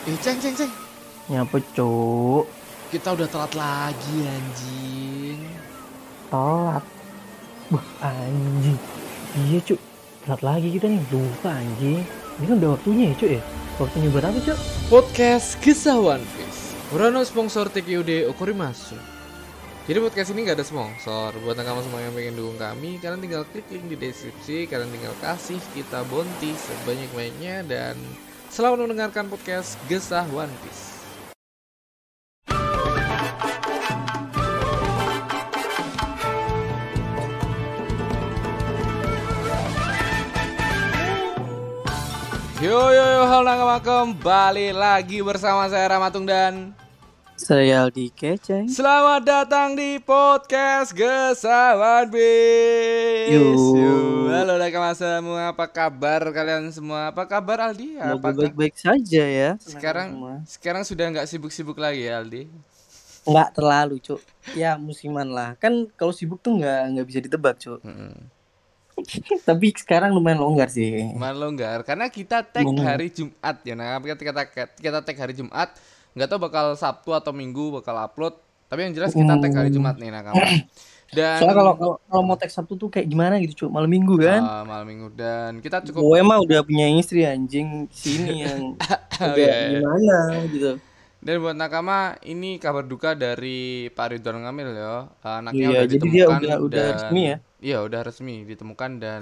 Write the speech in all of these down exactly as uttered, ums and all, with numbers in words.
Eh, Ceng, Ceng, Ceng. Nyapa cuk? Kita udah telat lagi anjing. Telat. Wah anjing. Iya cuk. Telat lagi kita nih. Lupa anjing. Ini kan udah waktunya ya cuk ya. Waktunya buat apa cuk? Podcast Kisah One Piece. Urano sponsor T Q D Okorimasu. Jadi podcast ini gak ada sponsor. Buat kamu semua yang pengen dukung kami, kalian tinggal klik link di deskripsi. Kalian tinggal kasih kita bounty sebanyak-banyaknya. Dan selamat mendengarkan podcast Kisah One Piece. Yo yo yo, halo nakama, kembali lagi bersama saya Ramatung dan Saya Aldi Keceng. selamat datang di podcast Kisah One Piece. Yo. Halo nakama semua, apa kabar kalian semua? Apa kabar Aldi? Semoga Apakah baik-baik saja ya. sekarang Semua. sekarang sudah nggak sibuk-sibuk lagi ya Aldi? Nggak terlalu cuk. Ya musiman lah. Kan kalau sibuk tuh nggak nggak bisa ditebak cuk. Hmm. Tapi sekarang lumayan longgar sih. Malah longgar karena kita tag Mana? hari Jumat ya. Nah, kita kita kita tag hari Jumat. Nggak tahu bakal Sabtu atau Minggu bakal upload. Tapi yang jelas kita tag hari Jumat nih nakama. Dan Soalnya kalau kalau kalau mau teks Sabtu tuh kayak gimana gitu cuk. Malam minggu kan. uh, malam Minggu dan kita cukup Gue mah udah punya istri anjing sini yang Oh, agak iya, iya. gimana gitu. Dan buat nakama, ini kabar duka dari Pak Ridwan Kamil ya. Anaknya Iya, udah jadi dia ditemukan udah udah dan resmi ya. Iya, udah resmi ditemukan dan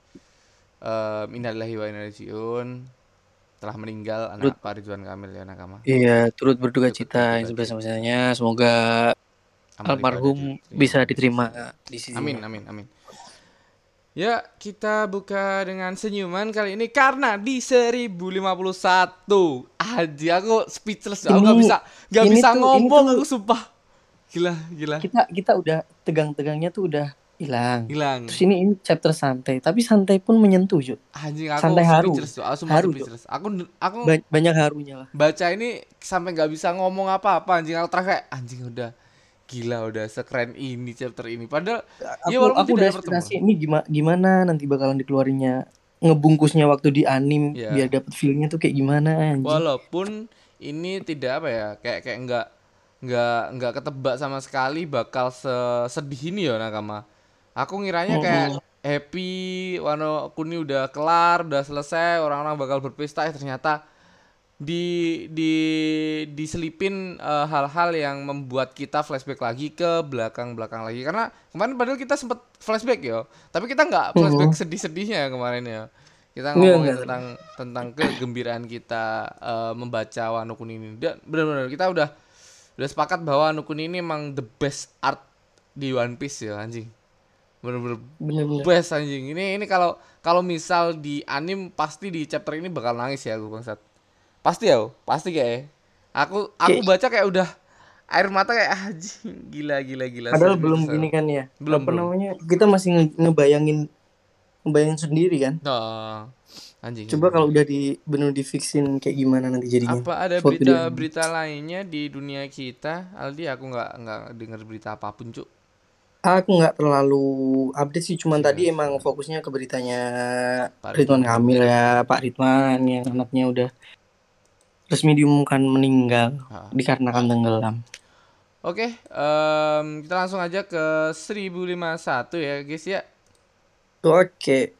uh, innalillahi wa inna ilaihi raji'un, telah meninggal anak Turut, Pak Ridwan Kamil ya nakama. iya, turut berduka Turut cita yang berduka cita. sebesar-besarnya. Semoga Amal ibadah almarhum diterima. bisa diterima di sisinya. Amin, amin, amin. Ya, kita buka dengan senyuman kali ini karena di seribu lima puluh satu. Aja aku speechless, aku Ini nggak bisa nggak ini bisa tuh ini ngomong, tuh aku sumpah. Gila, gila. kita kita udah tegang-tegangnya tuh udah hilang. Hilang. Terus ini ini chapter santai, tapi santai pun menyentuh, Cuk. Anjing, aku Santai haru. speechless tuh. Aku sumpah Haru, Cuk. speechless. Aku aku Ba- banyak harunya lah. baca ini sampai nggak bisa ngomong apa-apa anjing. Aku terakhir kayak anjing udah gila, udah sekeren ini chapter ini. Padahal Aku ya walaupun aku tidak udah ada pertemuan. ekspektasi ini gimana gimana nanti bakalan dikeluarinnya ngebungkusnya waktu di anim Ya. biar dapet feel-nya tuh kayak gimana anjing. Walaupun ini tidak apa ya, kayak kayak nggak nggak nggak ketebak sama sekali bakal sesedih ini ya nakama. Aku ngiranya kayak Mm-mm. happy, Wano Kuni udah kelar, udah selesai, orang-orang bakal berpesta. Eh, ternyata di di diselipin eh, hal-hal yang membuat kita flashback lagi ke belakang-belakang lagi. Karena kemarin padahal kita sempet flashback ya, tapi kita nggak flashback Mm-mm. sedih-sedihnya ya kemarin ya. Kita Enggak, ngomongin enggak. tentang tentang kegembiraan kita eh, membaca Wano Kuni ini. Dan benar-benar kita udah udah sepakat bahwa Wano Kuni ini emang the best art di One Piece ya anjing. Bener-bener Bener-bener. best anjing. Ini ini kalau kalau misal di anim pasti di chapter ini bakal nangis ya aku bangsat. Pasti ya, pasti kayak aku aku Kayak baca kayak udah air mata kayak anjing, gila gila gila padahal serius, belum serius. gini kan ya. Belum, Apa belum. namanya? Kita masih nge- ngebayangin ngebayangin sendiri kan. Nah, anjing. Coba anjing. kalau udah di bener di fixin kayak gimana nanti jadinya. Apa ada Waktu dia- berita-berita lainnya di dunia kita, Aldi? Aku nggak nggak dengar berita apapun, Cuk. Aku nggak terlalu update sih, cuman Siap, tadi siap. emang fokusnya ke beritanya Pak Ridwan Ridwan. Kamil ya, Pak Ridwan yang anaknya udah resmi diumumkan meninggal Ah. dikarenakan tenggelam. Oke, em, kita langsung aja ke seribu lima puluh satu ya, guys ya. Oke.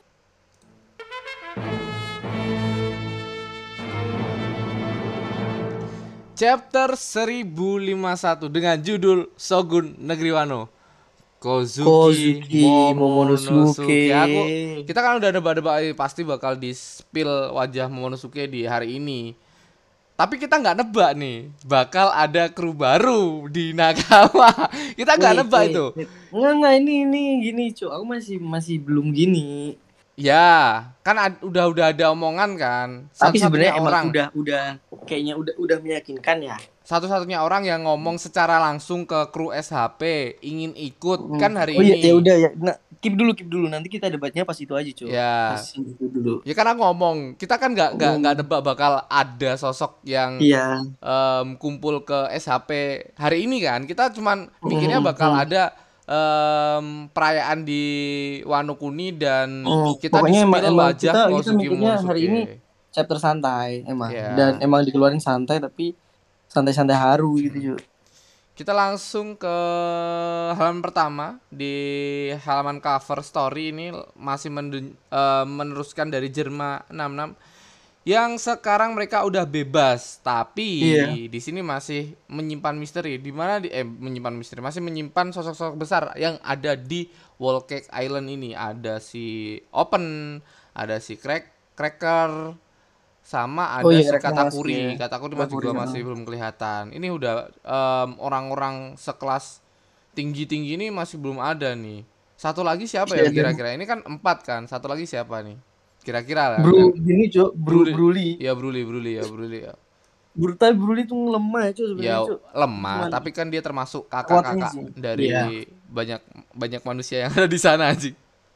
Chapter seribu lima puluh satu dengan judul Shogun Negeri Wano. Kozuki, Kozuki Momonosuke. Momonosuke. Aku kita kan udah nebak-nebak eh, pasti bakal di-spill wajah Momonosuke di hari ini. Tapi kita nggak nebak nih, bakal ada kru baru di Nakama. Kita nggak Wait, nebak wait, itu. wait. Nggak, nggak, ini ini gini, Cuk. Aku masih masih belum gini. Ya, kan ad- udah udah ada omongan kan. Tapi Satu-satunya sebenarnya emang orang, udah udah kayaknya udah udah meyakinkan ya. satu-satunya orang yang ngomong secara langsung ke kru S H P ingin ikut Hmm. kan hari oh, iya, ini. ya udah ya. Nah, keep dulu, keep dulu. Nanti kita debatnya pas itu aja, Cuk. Ya. Pas itu dulu. Ya karena ngomong, kita kan nggak nggak Hmm. nggak nebak bakal ada sosok yang Iya. em, kumpul ke S H P hari ini kan. Kita cuman mikirnya Hmm, bakal hmm. ada em, perayaan di Wano Kuni dan Hmm, kita pokoknya emang, di-spill emang wajah kita kita Kozuki mikirnya Momonosuke. hari ini chapter santai emang. Ya. Dan emang dikeluarin santai tapi santai-santai haru gitu, Cuk. Kita langsung ke halaman pertama. Di halaman cover story ini masih mendun- eh, meneruskan dari Jerma enam enam yang sekarang mereka udah bebas, tapi Iya. di sini masih menyimpan misteri. Di mana di eh menyimpan misteri, masih menyimpan sosok-sosok besar yang ada di Wall Cake Island ini. Ada si Open, ada si Crack Cracker, sama ada Oh iya, si Cracker masih Katakuri. ya. Katakuri masih Katakuri, juga heeh. masih belum kelihatan. Ini udah em, orang-orang sekelas tinggi-tinggi ini masih belum ada nih. Satu lagi siapa ya Iya, dan kira-kira? Ini kan empat kan. Satu lagi siapa nih? Kira-kira lah. Bro, Yang gini, Cuk, Bru Bruli. Bruli. Ya Bruli, Bruli ya, Bruli ya. Bro, tapi Bruli tuh lemah ya, Cuk, sebenarnya, Ya Cuk. lemah, Cuman tapi kan dia termasuk kuatnya kakak-kakak sih. dari Iya. banyak banyak manusia yang ada di sana anjing.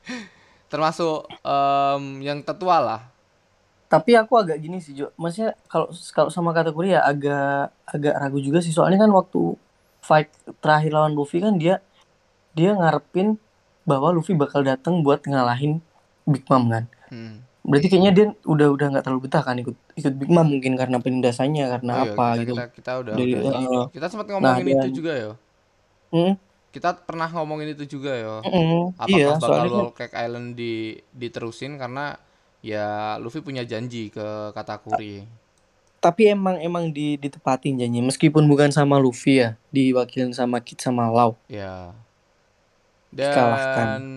Termasuk em, yang tetua lah. Tapi aku agak gini sih, Jo. Maksudnya kalau kalau sama kategori ya agak agak ragu juga sih. Soalnya kan waktu fight terakhir lawan Luffy kan dia dia ngarepin bahwa Luffy bakal datang buat ngalahin Big Mom kan. Hmm. Berarti kayaknya dia udah udah nggak terlalu betah kan ikut ikut Big Mom, mungkin karena penindasannya, karena Oh iya, apa kita gitu. kita kita udah Dari udah uh, kita sempat nah ngomongin itu dan juga ya. mm, Kita pernah ngomongin itu juga ya. mm, iya, Apakah bakal soalnya kan Whole Cake Island di diterusin karena ya Luffy punya janji ke Katakuri. tapi emang emang di ditepatin janji meskipun bukan sama Luffy ya, diwakilin sama Kid sama Law, Ya. dikalahkan. Dan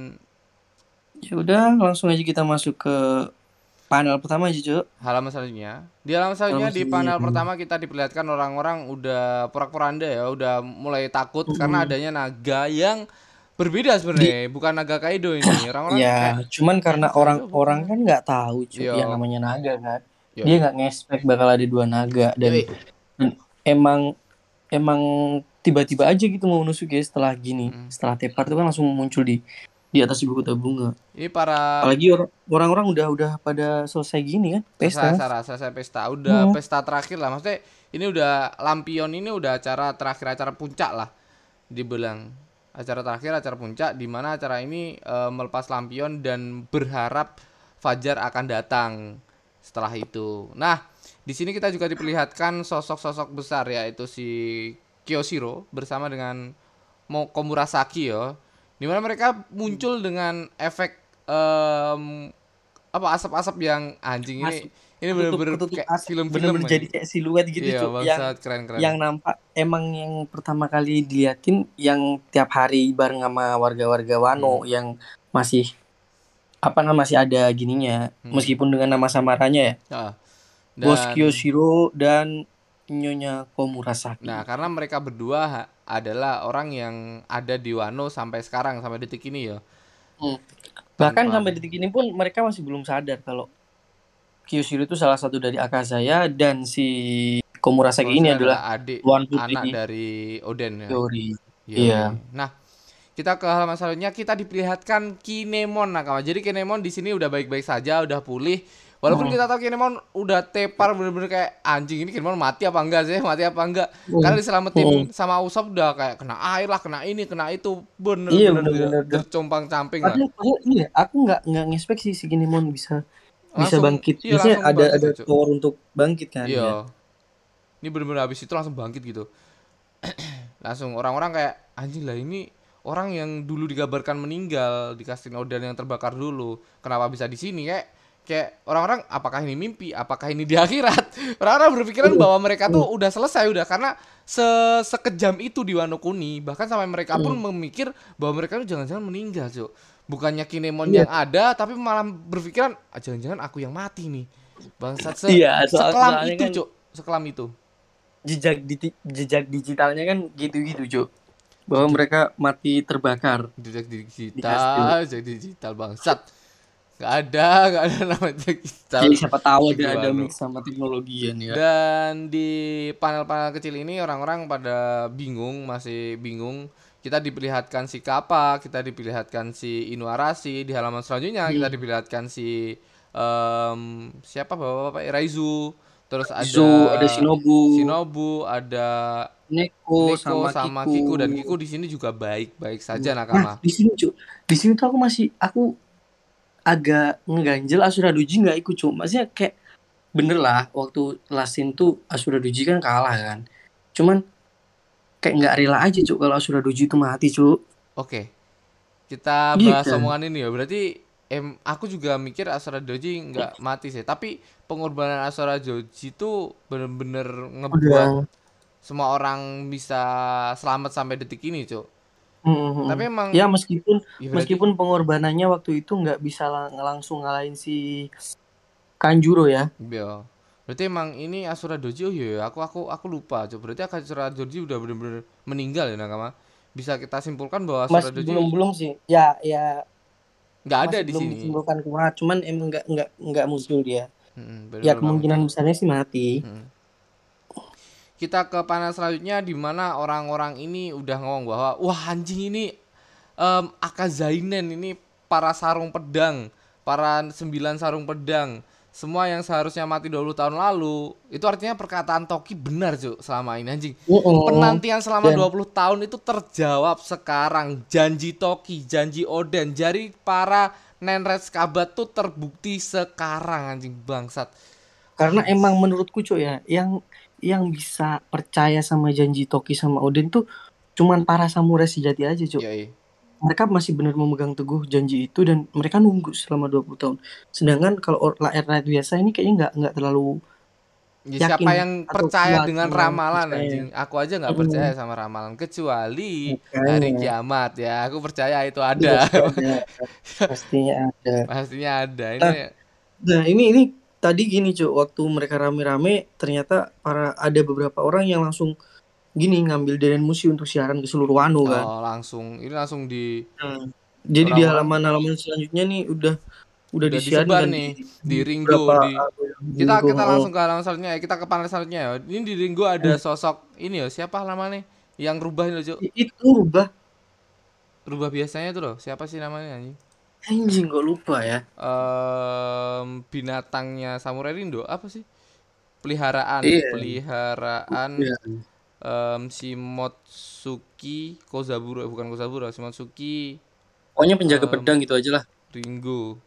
Ya udah, langsung aja kita masuk ke panel pertama aja, Cuk. halaman selanjutnya. Di halaman selanjutnya di panel pertama kita diperlihatkan orang-orang udah porak-poranda ya, udah mulai takut Hmm. karena adanya naga yang berbeda sebenarnya, bukan naga Kaido ini. Orang-orang Ya, kayak cuman karena Kaido orang-orang bukan. kan nggak tahu, Cuk, Yo. yang namanya naga kan. Yo. Dia nggak ngespek bakal ada dua naga dan, Yoi. dan emang emang tiba-tiba aja gitu mau nusuk ya setelah gini, Mm. setelah tepar itu kan langsung muncul di di atas ibu kota bunga. Ini para Apalagi or- orang-orang udah udah pada selesai gini kan, pesta. selesai acara, selesai pesta, udah Hmm. pesta terakhir lah. Maksudnya ini udah Lampion ini udah acara terakhir, acara puncak lah dibilang. Acara terakhir, acara puncak di mana acara ini e, melepas Lampion dan berharap Fajar akan datang setelah itu. Nah, di sini kita juga diperlihatkan sosok-sosok besar yaitu si Kyoshiro bersama dengan Mo Komurasaki ya. Dimana mereka muncul dengan efek em, apa asap-asap yang anjing ini Masuk. ini Ketutup- bener-bener ketutup kayak asap, film-film bener-bener aja. jadi kayak siluet gitu, Iya, Cuk. Yang bangsat, keren-keren. yang nampak emang yang pertama kali diliatin yang tiap hari bareng sama warga-warga Wano Hmm. yang masih apa namanya masih ada gininya, Hmm. meskipun dengan nama samaranya ya. Nah, Bos dan Kyoshiro dan Nyonya Komurasaki. nah, karena mereka berdua ha- adalah orang yang ada di Wano sampai sekarang, sampai detik ini ya. Hmm. Bahkan Tanpa- sampai detik ini pun mereka masih belum sadar kalau Kyoshiro itu salah satu dari Akazaya dan si Komurasaki ini Maksudnya adalah adik Tuan Putri anak dari Oden ya. Yori. Yoi. Iya. Nah, kita ke halaman selanjutnya, kita diperlihatkan Kinemon nakama. Jadi Kinemon di sini udah baik-baik saja, udah pulih. Walaupun Hmm. kita tahu Kinemon udah tepar bener-bener kayak anjing, ini Kinemon mati apa enggak sih? Mati apa enggak? Hmm. Karena diselamatin Hmm. sama Usopp udah kayak kena air lah, kena ini, kena itu, Iya, bener-bener bener-bener. tercompang-camping lah. Padahal, padahal iya, aku nggak nggak ngespek sih si Kinemon bisa bisa Langsung- bangkit. iya, Biasanya langsung ada bangkit ada aja. power untuk bangkit kan. Iya. Ya. Ini bener-bener habis itu langsung bangkit gitu. Langsung orang-orang kayak anjing lah, ini orang yang dulu digambarkan meninggal di Kastil Oden yang terbakar dulu. Kenapa bisa di sini kayak kayak orang-orang apakah ini mimpi? Apakah ini di akhirat? Orang-orang berpikiran bahwa mereka tuh udah selesai udah karena se sekejam itu di Wano Kuni. Bahkan sampai mereka pun memikir bahwa mereka tuh jangan-jangan meninggal, Cuk. Bukannya Kinemon Iya. yang ada tapi malah berpikiran ah, jangan-jangan aku yang mati nih. Bangsat se Iya, soal- sekelam soalnya itu, kan- Cuk. Sekelam itu. Jejak di, jejak digitalnya kan gitu-gitu, Cuk. Bahwa mereka mati terbakar. Jejak Di digital, jejak digital bangsat. Gak ada, gak ada nama jejak digital. Jadi siapa tahu ada ada Gimana? mix sama teknologian ya. Dan di panel-panel kecil ini orang-orang pada bingung, masih bingung. Kita diperlihatkan si Kappa, kita diperlihatkan si Inuarashi. Di halaman selanjutnya kita diperlihatkan si em, siapa bapak-bapak Raizu. Terus ada Izo, ada Shinobu, Shinobu, ada Neko, Neko sama, sama, Kiku. Kiku. Dan Kiku di sini juga baik-baik saja Nah, nakama. di sini, Cuk. Di sini tuh aku masih aku agak ngeganjel Asura Doji nggak ikut, Cuk. Maksudnya kayak bener lah waktu last scene tuh Asura Doji kan kalah kan. Cuman kayak nggak rela aja cuk kalau Asura Doji itu mati cuk. Oke, kita Iya bahas kan. omongan ini ya. Berarti em aku juga mikir Asura Doji nggak mati sih. Tapi pengorbanan Asura Doji itu bener-bener ngebuat Udah. semua orang bisa selamat sampai detik ini, Cuk. Mm-mm. Tapi emang Ya meskipun ya berarti meskipun pengorbanannya waktu itu nggak bisa lang- langsung ngalahin si Kanjuro ya. ya. Berarti emang ini Asura Doji, oh iya, aku aku aku lupa, Cuk. Berarti Asura Doji udah bener-bener meninggal ya Nakama. Bisa kita simpulkan bahwa Asura Masih belum Doji belum sih. Ya ya nggak ada masih di belum sini. disimpulkan kuat. Cuman emang nggak nggak nggak muncul dia. Hmm, Ya bener banget, kemungkinan Cuk. besarnya sih mati. Hmm. Kita ke panel selanjutnya di mana orang-orang ini udah ngomong bahwa wah anjing ini em, Akazainen ini para sarung pedang, para sembilan sarung pedang, semua yang seharusnya mati dua puluh tahun lalu. Itu artinya perkataan Toki benar, Cuk, selama ini anjing. Mm-mm. Penantian selama Dan dua puluh tahun itu terjawab sekarang. Janji Toki, janji Oden, dari para Nenret Skabat tuh terbukti sekarang anjing bangsat. karena Anjing. emang menurutku cuy ya, yang yang bisa percaya sama janji Toki sama Odin tuh cuman para samurai sejati aja cuy. Yoi. Mereka masih benar memegang teguh janji itu dan mereka nunggu selama dua puluh tahun. Sedangkan kalau or- rakyat biasa ini kayaknya nggak nggak terlalu Ya, yakin siapa yang atau percaya kuat dengan sama ramalan percaya. anjing? Aku aja nggak percaya Hmm, sama ramalan kecuali hari makanya kiamat ya. Aku percaya itu itu ada. pasti ada, pastinya ada. Pastinya ada. Ini Nah, nah ini ini tadi gini cuy, waktu mereka rame-rame ternyata para ada beberapa orang yang langsung gini ngambil Deden Musi untuk siaran ke seluruh Wano kan. oh, langsung ini langsung di Hmm. Jadi di orang-orang halaman-halaman selanjutnya nih udah udah udah disiarin disebar kan di, nih di di Ringo beberapa di uh, kita minggu. kita Oh. langsung ke halaman selanjutnya ya. Kita ke panel selanjutnya ya. Ini di Ringo ada Hmm. sosok ini ya. Siapa namanya? Yang rubah itu, Cuk. I- Itu rubah Rubah biasanya tuh loh. Siapa sih namanya anjing? anjing kok lupa ya. Em, binatangnya Samurai Rindo apa sih? Peliharaan, Iya. peliharaan Iya. em, si Motsuki Kozaburo, eh, bukan Kozaburo, si Motsuki Pokoknya penjaga em, pedang gitu aja lah. Ringo.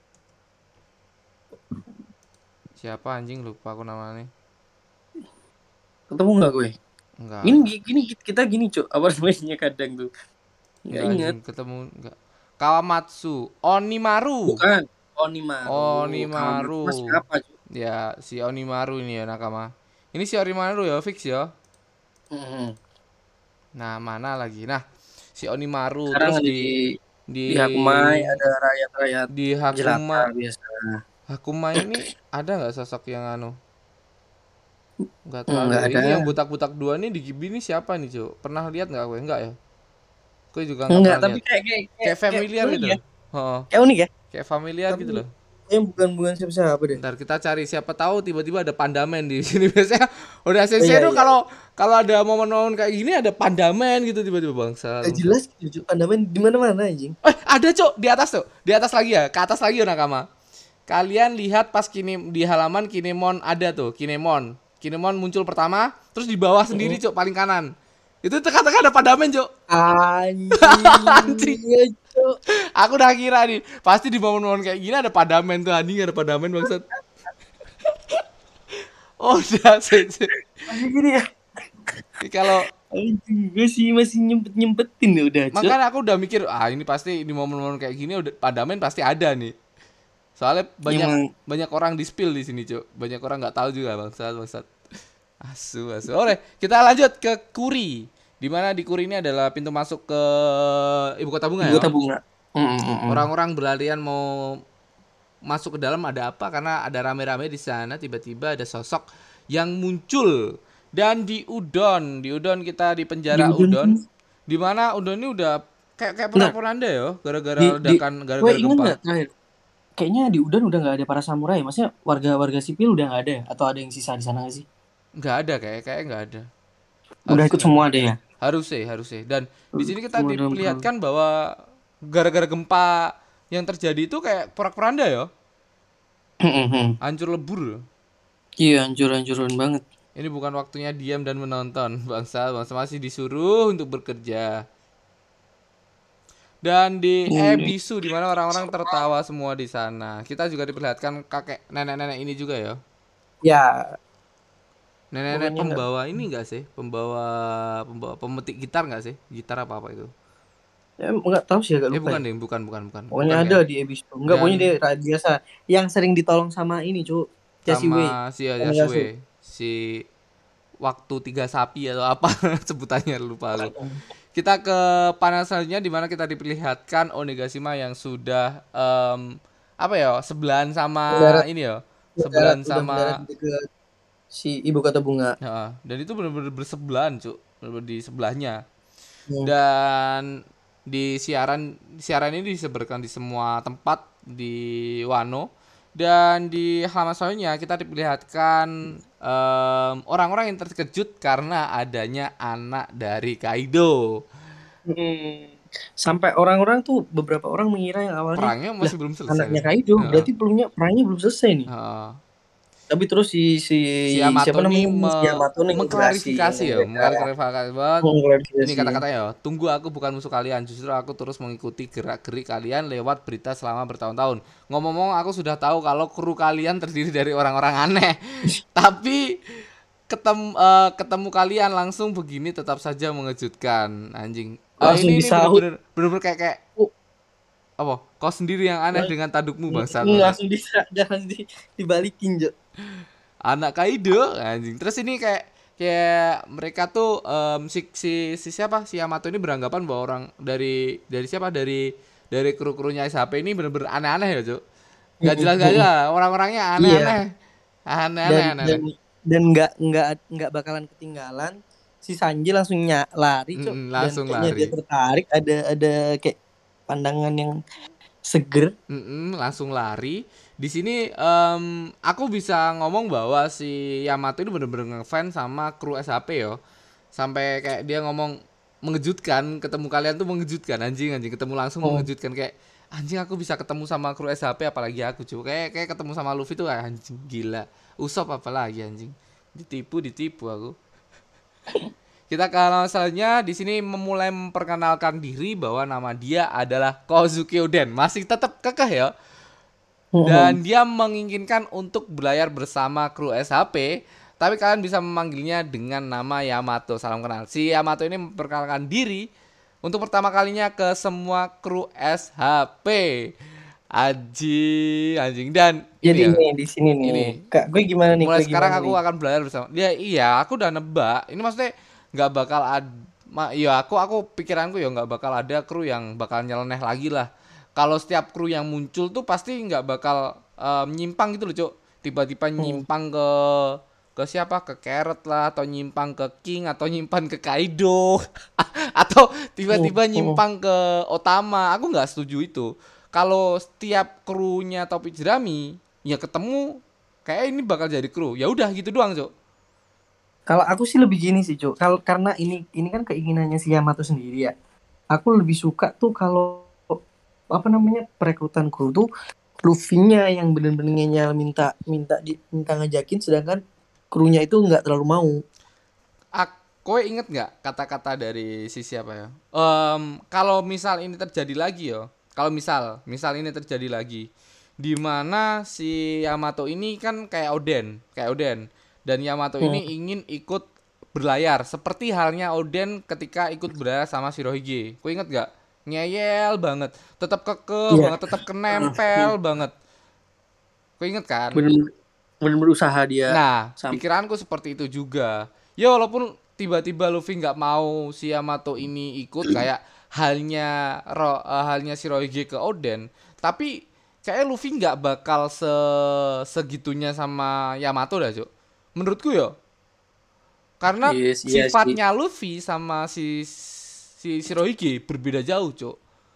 Siapa anjing lupa aku namanya. Ketemu nggak gue? Enggak, Ini enggak. gi- gini kita gini cok. Apa namanya kadang tuh nggak Enggak ingat. anjing ketemu enggak. Kawamatsu, Onimaru. Bukan. Onimaru. Kawamatsu Onimaru. masih apa cok? Ya, si Onimaru ini ya nakama. Ini si Onimaru ya, fix ya. Hmm. Nah, mana lagi? Nah, si Onimaru Sekarang terus ada di di di di Hakumai ada rakyat-rakyat di jelata Hakuma. biasa. Hakuma ini ada nggak sosok yang anu? Nggak Hmm, terlalu nggak ya. ada. Ini yang butak-butak dua nih di Ghibli ini siapa nih, Cuk? Pernah lihat nggak gue? Enggak ya? Gue juga nggak Enggak, pernah tapi lihat. kayak kayak kayak, Kayak kayak familiar unik gitu ya. loh. Heeh. Kayak unik ya. Kayak familiar Tapi gitu loh. yang bukan bukan siapa-siapa deh. Bentar kita cari siapa tahu tiba-tiba ada pandamen di sini biasanya udah Oh, sensei iya tuh iya. kalau kalau ada momen-momen kayak gini ada pandamen gitu tiba-tiba bangsa. Gak jelas gitu. Pandamen di mana-mana anjing. Eh, ada, Cuk, di atas tuh. Di atas lagi ya, ke atas lagi ya nakama. Kalian lihat pas kini di halaman Kinemon ada tuh, Kinemon. Kinemon muncul pertama, terus di bawah sendiri, Cuk, paling kanan. Itu teka-teka ada pandamen, Cuk. Anjing. Anjing. Iya, Cok. Aku udah kira nih, pasti di momen-momen kayak gini ada pandamen tuh, anjing ada pandamen bangsat. Oh, udah sih. Masih gini ya. Kalau Anjing, gue sih masih nyempet-nyempetin ya udah, Cok. makanya aku udah mikir, ah ini pasti di momen-momen kayak gini udah pandamen pasti ada nih. Soalnya banyak Emang banyak orang di spill di sini, Cuk. Banyak orang nggak tahu juga bangsat, bangsat. Asu, asu. Oke, kita lanjut ke Kuri. Di mana di Kuri ini adalah pintu masuk ke ibu kota bunga ibu ya. kota bunga. Mm, mm, mm. Orang-orang berlarian mau masuk ke dalam ada apa? Karena ada rame-rame di sana. Tiba-tiba ada sosok yang muncul. Dan di Udon, di Udon kita di penjara Di Udon Udon. tuh- Di mana Udon ini udah kayak kayak Nggak, pura-pura ya, gara-gara di di ledakan, gue gara-gara ingat gempa. nggak terakhir? Kayaknya di Udan udah nggak ada para samurai. Maksudnya warga-warga sipil udah nggak ada ya? Atau ada yang sisa di sana nggak sih? Nggak ada kayak kayak nggak ada. Udah Harusnya ikut nggak ada. semua deh ya. Harusnya, harusnya. Dan di sini kita Semua dalam perang. diperlihatkan bahwa gara-gara gempa yang terjadi itu kayak porak-poranda ya, hancur lebur. Iya, hancur-hancuran banget. Ini bukan waktunya diam dan menonton, bangsa, bangsa masih disuruh untuk bekerja. Dan di Hmm. Ebisu di mana orang-orang tertawa semua di sana. Kita juga diperlihatkan kakek nenek-nenek ini juga ya. Ya, Nenek-nenek pokoknya nggak. pembawa ini enggak sih? Pembawa pembawa pemetik gitar enggak sih? Gitar apa apa itu? Ya, nggak tahu sih, agak Eh lupa bukan ya. deh, bukan bukan bukan. Pokoknya Bukan ada kayak. di episode. Enggak, pokoknya dia Dan ra- biasa. Yang sering ditolong sama ini, Cuk. Yasiwe. sama si Yasuo. Yasue, si waktu tiga sapi atau apa sebutannya lupa aku. Kita ke panel selanjutnya di mana kita diperlihatkan Onigashima yang sudah em, apa ya sebelahan sama Mendarat, ini ya mendarat, sebelahan udah mendarat sama di dekat si ibu kota bunga. ya, dan itu benar-benar bersebelahan cuk benar-benar di sebelahnya Hmm. dan di siaran siaran ini disebarkan di semua tempat di Wano dan di halaman selanjutnya kita diperlihatkan em, orang-orang yang terkejut karena adanya anak dari Kaido. Hmm. Sampai orang-orang tuh beberapa orang mengira yang awalnya Perangnya lah masih belum selesai anaknya loh. Kaido, Heeh. berarti belumnya perangnya belum selesai nih. Heeh. Tapi terus si si Si Yamato siapa ini namanya me si Yamato nih ngejelasin mengklarifikasi kan ya, mereka mengklarifikasi banget. Ini mengklarifikasi. kata-kata ya, tunggu aku bukan musuh kalian, justru aku terus mengikuti gerak-gerik kalian lewat berita selama bertahun-tahun. Ngomong-ngomong aku sudah tahu kalau kru kalian terdiri dari orang-orang aneh. Tapi ketemu eh, ketemu kalian langsung begini tetap saja mengejutkan, anjing. Eh, Langsung ini ini disahut. bener-bener bener-bener kayak kayak Oh, apa? Kau sendiri yang aneh lang- dengan tandukmu bangsa mm, kau. langsung bisa jangan di, dibalikin, Jo. Anak Kaido anjing. Terus ini kayak kayak mereka tuh em, si, si si siapa si Yamato ini beranggapan bahwa orang dari dari siapa dari dari kru-krunya S H P ini bener-bener aneh-aneh ya, Cuk. Gak Mm, jelas gak mm. jelas, orang-orangnya Iya, aneh-aneh. Aneh-aneh dan dan aneh-aneh. dan nggak nggak nggak bakalan ketinggalan. Si Sanji langsung ny- lari, Cok, Mm-mm, dan langsung kayaknya dia lari. tertarik, ada ada kayak pandangan yang seger. Mm-mm, langsung lari. Di sini em, aku bisa ngomong bahwa si Yamato ini bener-bener ngefans sama kru S H P yo. Sampai kayak dia ngomong mengejutkan, ketemu kalian tuh mengejutkan anjing anjing ketemu langsung Oh, mengejutkan kayak anjing aku bisa ketemu sama kru S H P apalagi aku cuy. Kayak kayak ketemu sama Luffy tuh kayak anjing gila. Usop apalagi anjing. Ditipu ditipu aku. Kita ke halaman selanjutnya di sini memulai memperkenalkan diri bahwa nama dia adalah Kozuki Oden. Masih tetap kekeh ya. mm-mm. Dan dia menginginkan untuk berlayar bersama kru S H P, tapi kalian bisa memanggilnya dengan nama Yamato. Salam kenal. Si Yamato ini memperkenalkan diri untuk pertama kalinya ke semua kru S H P. Anjing, anjing dan Jadi ini ya. nih di sini nih, Ini Kak, gue gimana nih? mulai Gue sekarang gimana aku nih? akan berlayar bersama dia. Iya, aku udah nebak. Ini maksudnya nggak bakal ada. Ya aku aku pikiranku ya nggak bakal ada kru yang bakal nyeleneh lagi lah. Kalau setiap kru yang muncul tuh pasti nggak bakal em, nyimpang gitu loh, Cuk. Tiba-tiba Hmm. nyimpang ke ke siapa? Ke Carrot lah atau nyimpang ke King atau nyimpang ke Kaido atau Hmm. tiba-tiba Hmm. nyimpang ke Otama. Aku nggak setuju itu. Kalau setiap krunya Topi Jerami ya ketemu kayak ini bakal jadi kru. Ya udah gitu doang, Cuk. Kalau aku sih lebih gini sih, Cuk. Kalau karena ini ini kan keinginannya si Yamato sendiri ya. Aku lebih suka tuh kalau apa namanya perekrutan kru tuh Luffy-nya yang bener-bener ngeyel minta minta di minta ngajakin, sedangkan krunya itu nggak terlalu mau. Kowe inget nggak kata-kata dari si siapa ya? Em, kalau misal ini terjadi lagi yo, kalau misal, misal ini terjadi lagi, di mana si Yamato ini kan kayak Oden, kayak Oden, dan Yamato Hmm. ini ingin ikut berlayar, seperti halnya Oden ketika ikut berlayar sama Shirohige. Kowe inget nggak? Ngeyel banget, tetap keke Iya. banget, tetap kenempel banget. Kowe inget kan? Bener-bener bener-bener usaha dia Nah, sampai. pikiranku seperti itu juga. Ya walaupun tiba-tiba Luffy nggak mau si Yamato ini ikut kayak halnya ro, eh, halnya Shirohige ke Oden, tapi kayak Luffy nggak bakal se segitunya sama Yamato dah, Cuk. Menurutku ya. Karena Yes, iya sih. sifatnya Luffy sama si si Shirohige berbeda jauh, Cuk.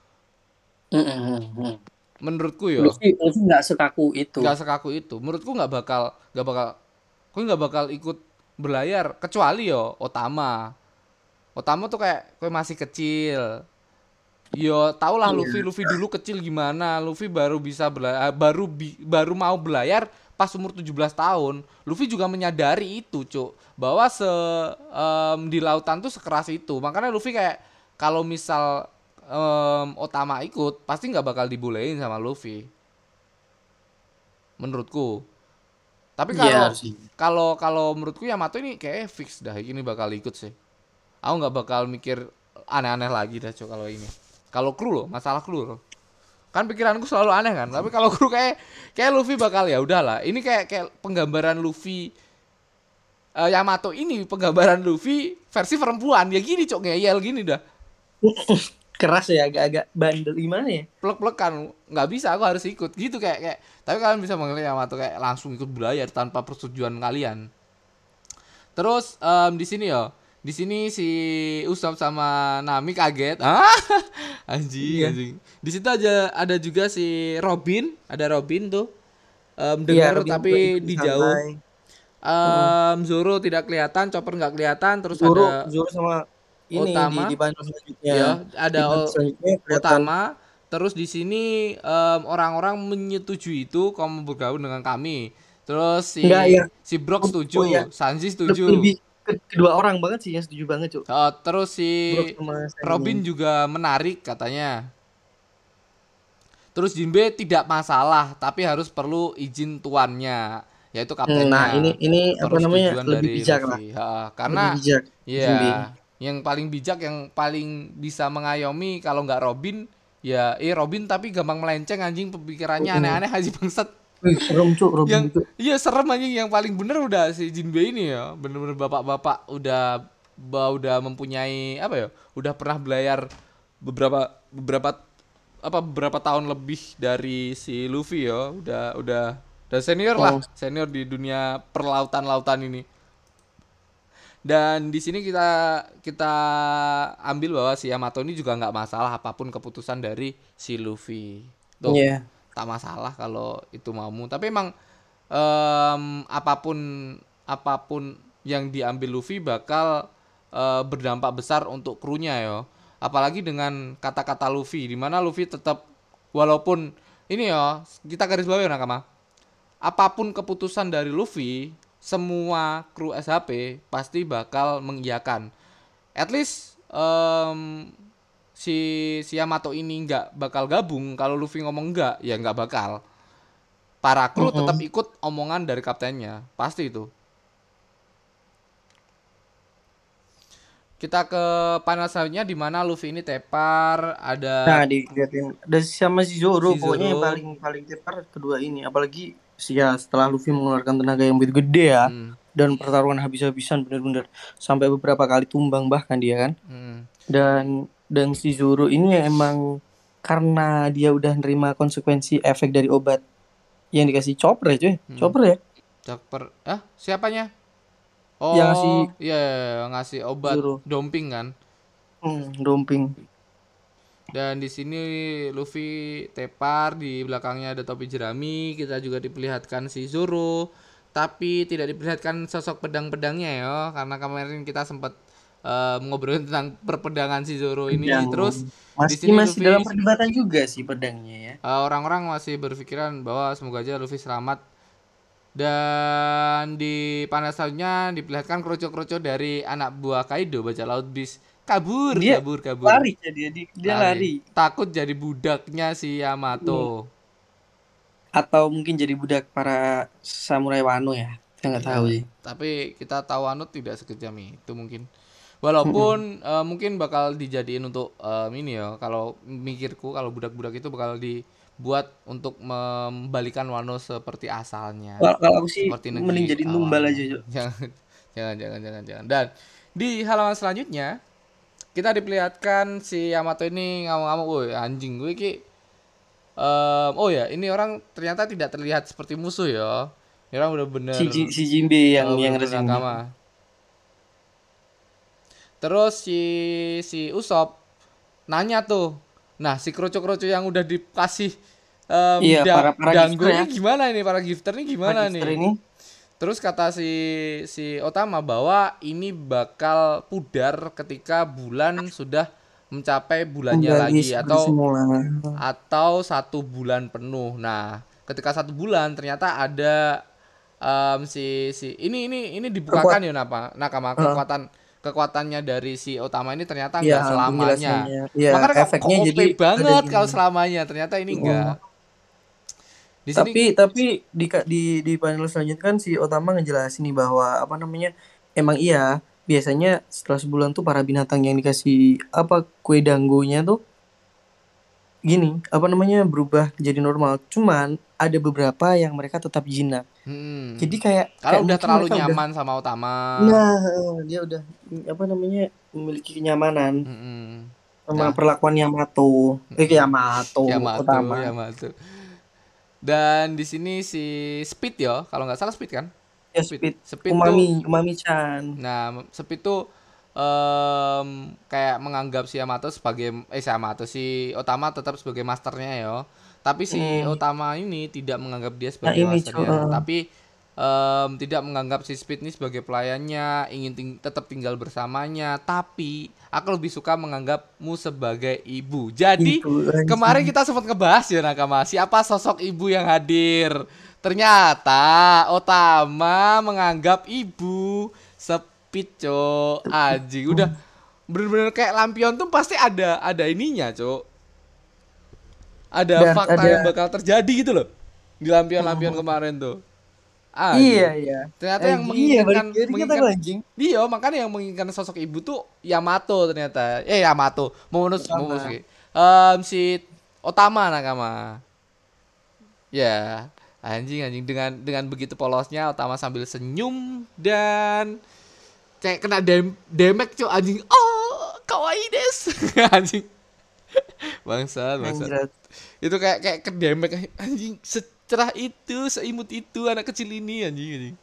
Mm-mm. Menurutku ya. Luffy Luffy nggak sekaku itu. Nggak sekaku itu. Menurutku nggak bakal nggak bakal gue nggak bakal ikut berlayar kecuali yo Otama. Otama tuh kayak gue masih kecil. Yo tau lah Luffy Iya. Luffy dulu kecil gimana. Luffy baru bisa berlayar, baru bi, baru mau berlayar pas umur tujuh belas tahun. Luffy juga menyadari itu, Cuk, bahwa se em, di lautan tuh sekeras itu. Makanya Luffy kayak kalau misal em, Otama ikut pasti nggak bakal dibolehin sama Luffy. Menurutku. Tapi Iya kalau harus sih. kalau kalau menurutku Yamato ini kayak fix dah ini bakal ikut sih. Aku nggak bakal mikir aneh-aneh lagi dah Cok kalau ini. Kalau kru loh, masalah kru loh. Kan pikiranku selalu aneh kan. Tapi kalau kru kayak kayak Luffy bakal ya udahlah. Ini kayak kayak penggambaran Luffy eh, Yamato ini penggambaran Luffy versi perempuan. Ya gini Cok, ngeyel gini dah. Keras ya, agak-agak bandel gimana ya? Plek-plekan nggak bisa, aku harus ikut gitu kayak kayak. Tapi kalian bisa mengenai Yamato kayak langsung ikut belayar tanpa persetujuan kalian. Terus em, di sini ya, di sini si Usopp sama Nami kaget. Ah, anjing, Iya. anjing. Di situ aja ada juga si Robin, ada Robin tuh. Em, Iya, dengar Robin juga tapi ikut di santai. jauh. Heeh. Em, Zoro tidak kelihatan, Chopper nggak kelihatan, terus Zoro, ada Zoro sama ini di Otama, di panel selanjutnya. ya, Di ada panel O- selanjutnya kelihatan. Otama. Terus di sini em, orang-orang menyetujui itu kamu bergabung dengan kami. Terus si Enggak ya. si Brock setuju, Oh iya, Sanji Le- setuju. lebih ke- kedua orang banget sih yang setuju banget, Cuk. Eh, terus si Brook sama Sandy. Robin juga menarik katanya. Terus Jinbe tidak masalah, tapi harus perlu izin tuannya, yaitu Hmm, kaptennya. Nah, ini ini apa namanya? Persetujuan Lebih dari bijak lah. Luffy. Ha, karena Lebih bijak. Jinbe. ya yang paling bijak, yang paling bisa mengayomi kalau nggak Robin, ya eh Robin tapi gampang melenceng anjing, pemikirannya Mm-mm. aneh-aneh aja bangsat. Wih, serem, Cuk, Robin Yang itu. iya serem anjing, yang paling bener udah si Jinbe ini ya, bener-bener bapak-bapak udah ba, udah mempunyai apa ya, udah pernah belayar beberapa beberapa apa beberapa tahun lebih dari si Luffy ya, udah udah udah senior lah, Oh, senior di dunia perlautan-lautan ini. Dan di sini kita kita ambil bahwa si Yamato ini juga nggak masalah apapun keputusan dari si Luffy. Tuh, iya. tak masalah kalau itu maumu. Tapi emang em, apapun apapun yang diambil Luffy bakal eh, berdampak besar untuk krunya ya. Apalagi dengan kata-kata Luffy, di mana Luffy tetap walaupun ini ya kita garis bawahi nakama. Apapun keputusan dari Luffy, semua kru S H P pasti bakal mengiyakan. At least em, si si Yamato ini nggak bakal gabung kalau Luffy ngomong enggak, ya nggak bakal. Para kru Mm-mm. tetap ikut omongan dari kaptennya, pasti itu. Kita ke panel selanjutnya di mana Luffy ini tepar, ada Nah, dilihatin ada sama si Zoro, si pokoknya yang Zoro. paling paling tepar kedua ini. Apalagi si ya setelah Luffy mengeluarkan tenaga yang begitu gede ya, Hmm, dan pertarungan habis-habisan bener-bener sampai beberapa kali tumbang bahkan dia kan. hmm. Dan dan si Zoro ini yang emang karena dia udah nerima konsekuensi efek dari obat yang dikasih Chopper ya, cuy. Hmm. Chopper ya. Chopper, ah siapanya? Oh, Yang ngasih iya, iya, iya, ngasih obat Zoro. doping kan. Hmm, doping. Dan di sini Luffy tepar, di belakangnya ada topi jerami, kita juga diperlihatkan si Zoro, tapi tidak diperlihatkan sosok pedang-pedangnya ya, karena kemarin kita sempat eh, ngobrolin tentang perpedangan si Zoro ini. Pedang. Terus di Masih sini masih Luffy dalam perdebatan juga sih pedangnya ya. eh, orang-orang masih berpikiran bahwa semoga aja Luffy selamat. Dan di panel selanjutnya diperlihatkan kroco-kroco dari anak buah Kaido bajak laut bis kabur, Dia kabur, kabur. lari ya dia, dia, dia lari. Takut jadi budaknya si Yamato. Atau mungkin jadi budak para samurai Wano ya. Saya nggak Iya, tahu sih. tapi kita tahu Wano tidak sekejam itu mungkin. Walaupun eh, mungkin bakal dijadiin untuk em, ini ya, kalau mikirku kalau budak-budak itu bakal dibuat untuk membalikan Wano seperti asalnya. Kalau kalau aku sih Seperti mending negeri jadi numbal awalnya. aja, Cok. Jangan, jangan, jangan, jangan, jangan. Dan di halaman selanjutnya kita diperlihatkan si Yamato ini ngamuk-ngamuk, woi anjing gue ki. Em, oh ya, ini orang ternyata tidak terlihat seperti musuh ya. Ini orang udah bener Si Ji- si Jinbe yang oh, yang bener-bener rezim. nakama. Terus si si Usopp nanya tuh. Nah, si kroco-kroco yang udah dikasih em, Iya, da- para para danggo gifter ya. ini gimana ini, para gifter ini gimana Magister nih? ini Terus kata si si Otama bahwa ini bakal pudar ketika bulan sudah mencapai bulannya kembali lagi seperti atau semula. atau satu bulan penuh. Nah, ketika satu bulan ternyata ada em, si si ini ini ini dibukakan ya napa nakama Uh, kekuatan kekuatannya dari si Otama ini ternyata ya enggak selamanya. penjelasannya. Ya, Makanya kok, kok efeknya O P jadi ada banget ini. kalau selamanya, ternyata ini enggak. Oh, Di sini Tapi tapi di ka- di di panel selanjutnya kan si Otama ngejelasin nih bahwa apa namanya emang iya biasanya setelah sebulan tuh para binatang yang dikasih apa kue danggonya tuh gini apa namanya berubah jadi normal. Cuman ada beberapa yang mereka tetap jinak. Jadi hmm, kayak kalau kayak udah mungkin terlalu mereka udah nyaman sama Utama, nah dia udah apa namanya memiliki kenyamanan hmm, sama dah, perlakuan Yamato. Eh hmm, Yamato Yamato, Otama. Yamato. Dan di sini si Speed ya, kalau nggak salah Speed kan? Ya Speed, speed Speed tuh, umami umami-chan. nah Speed tuh em, kayak menganggap si Yamato sebagai, eh si Yamato si Otama tetap sebagai masternya ya. Tapi si Hmm. Otama ini tidak menganggap dia Nah sebagai ini cu masternya, eh, tapi em, tidak menganggap si Speed ini sebagai pelayannya, ingin ting- tetap tinggal bersamanya. Tapi aku lebih suka menganggapmu sebagai ibu. Jadi itu anjing. kemarin kita sempat ngebahas ya Nakama, siapa sosok ibu yang hadir. Ternyata Otama menganggap ibu Speed, cok. Anjing, udah bener-bener kayak lampion tuh pasti ada ada ininya, cok. Ada Dan fakta yang ada bakal terjadi gitu loh. Di lampion-lampion hmm, kemarin tuh. iya Anjing. iya Ternyata yang anjing iya balik menginginkan jadi kata menginginkan gue anjing dia makanya yang menginginkan sosok ibu tuh Yamato ternyata. Eh Yamato, Momonosuke, pertama Momonosuke. Em, si Otama Nakama. Ya, anjing anjing dengan dengan begitu polosnya Otama sambil senyum dan kayak kena dem demek cuy anjing. Oh, kawaii des. Anjing. Bangsat, bangsat. anjrat Itu kayak kayak kedemek anjing secerah itu, seimut itu anak kecil ini anjing anjing.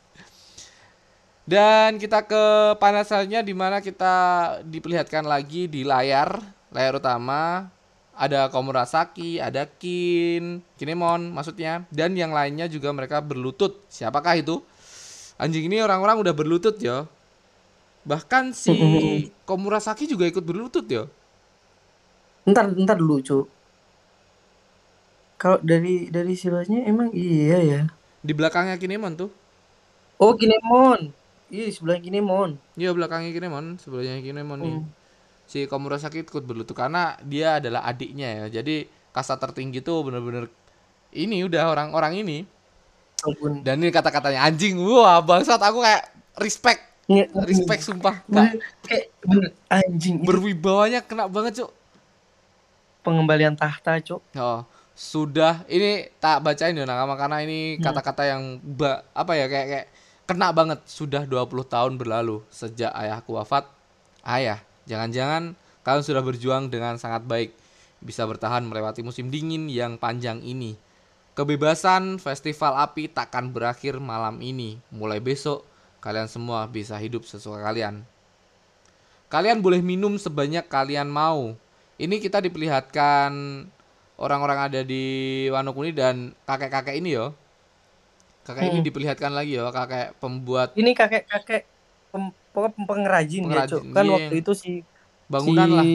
Dan kita ke panel selanjutnya di mana kita diperlihatkan lagi di layar layar utama ada Komurasaki, ada Kin, Kinemon maksudnya, dan yang lainnya juga mereka berlutut. Siapakah itu? Anjing ini orang-orang udah berlutut ya. Bahkan si Komurasaki juga ikut berlutut ya. ntar ntar dulu cu kalau dari dari silanya emang iya ya Di belakangnya Kinemon tuh. oh Kinemon iya di sebelah Kinemon Iya belakangnya Kinemon, sebelahnya Kinemon nih. hmm. Si Komurasaki ikut berlutut karena dia adalah adiknya ya. Jadi kasta tertinggi tuh bener-bener ini udah orang-orang ini. Ampun. Dan ini kata-katanya anjing. Wah, bangsat aku kayak respect. Nge- Respect sumpah. Kak, bener kayak bener anjing itu berwibawanya kena banget, Cuk. pengembalian tahta cu Oh, sudah ini tak bacain ya Nakama karena ini hmm. kata-kata yang ba, apa ya kayak kayak kena banget. Sudah dua puluh tahun berlalu sejak ayahku wafat. Ayah, jangan-jangan kalian sudah berjuang dengan sangat baik, bisa bertahan melewati musim dingin yang panjang ini. Kebebasan festival api takkan berakhir malam ini. Mulai besok, kalian semua bisa hidup sesuai kalian. Kalian boleh minum sebanyak kalian mau. Ini kita diperlihatkan orang-orang ada di Wano Kuni dan kakek-kakek ini yo. Kakek ini Hmm. diperlihatkan lagi yo, kakek pembuat ini kakek kakek pem, pokoknya pengrajin dia cu pengrajin. kan Iya, waktu itu si si bangunan lah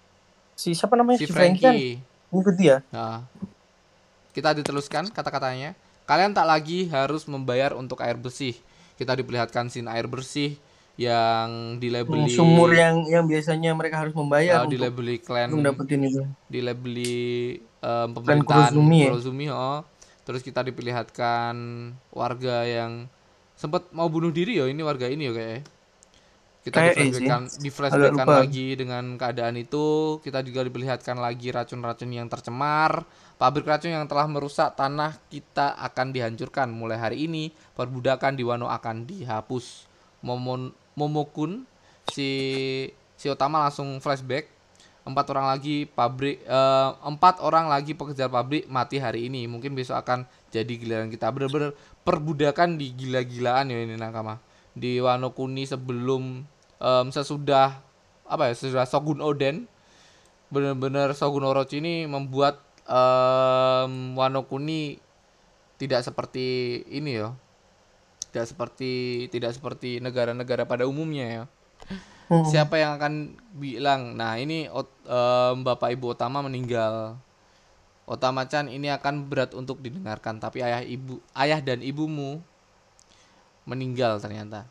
si siapa namanya si si Frankie kan Frankie. ngikut dia Nah, kita diteruskan kata-katanya. Kalian tak lagi harus membayar untuk air bersih. Kita diperlihatkan scene air bersih yang Hmm, sumur dilabeli yang yang biasanya mereka harus membayar uh, untuk dilabeli untuk klan dapetin itu dilabeli um, kan pemerintahan Kurozumi ya Kurozumi oh. Terus kita diperlihatkan warga yang sempat mau bunuh diri ya ini warga ini ya kayak kita di kayak eh sih flashbackkan di agak flashbackkan lupa lagi dengan keadaan itu. Kita juga diperlihatkan lagi racun-racun yang tercemar, pabrik racun yang telah merusak tanah kita akan dihancurkan mulai hari ini. Perbudakan di Wano akan dihapus. Momon Momokun si si Otama langsung flashback. Empat orang lagi pabrik eh, empat orang lagi pekerja pabrik mati hari ini. Mungkin besok akan jadi giliran kita. Bener-bener perbudakan di gila-gilaan ya ini Nakama. Di Wano Kuni sebelum em, sesudah apa ya sesudah Shogun Oden, bener-bener Shogun Orochi ini membuat em, Wano Kuni tidak seperti ini ya. Tidak seperti tidak seperti negara-negara pada umumnya ya. hmm. Siapa yang akan bilang, nah ini ot- em, Bapak Ibu Otama meninggal. Otama-chan ini akan berat untuk didengarkan, tapi ayah ibu ayah dan ibumu meninggal ternyata.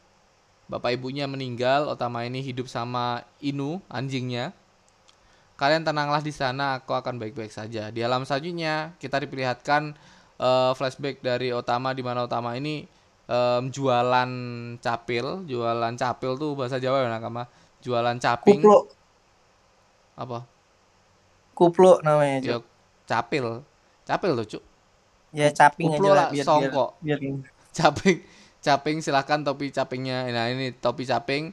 Bapak ibunya meninggal, Otama ini hidup sama Inu, anjingnya. Kalian tenanglah di sana, aku akan baik-baik saja. Di alam selanjutnya kita diperlihatkan uh, flashback dari Otama, di mana Otama ini um, jualan capil, jualan capil tuh bahasa Jawa ya nakama, jualan caping Kuplo, apa? kuplo namanya, Ya Cuk. capil, capil tuh cuk. Ya caping aja Kuplo lah lah biar biar songkok, biar ini. caping, caping silahkan topi capingnya. Nah ini topi caping.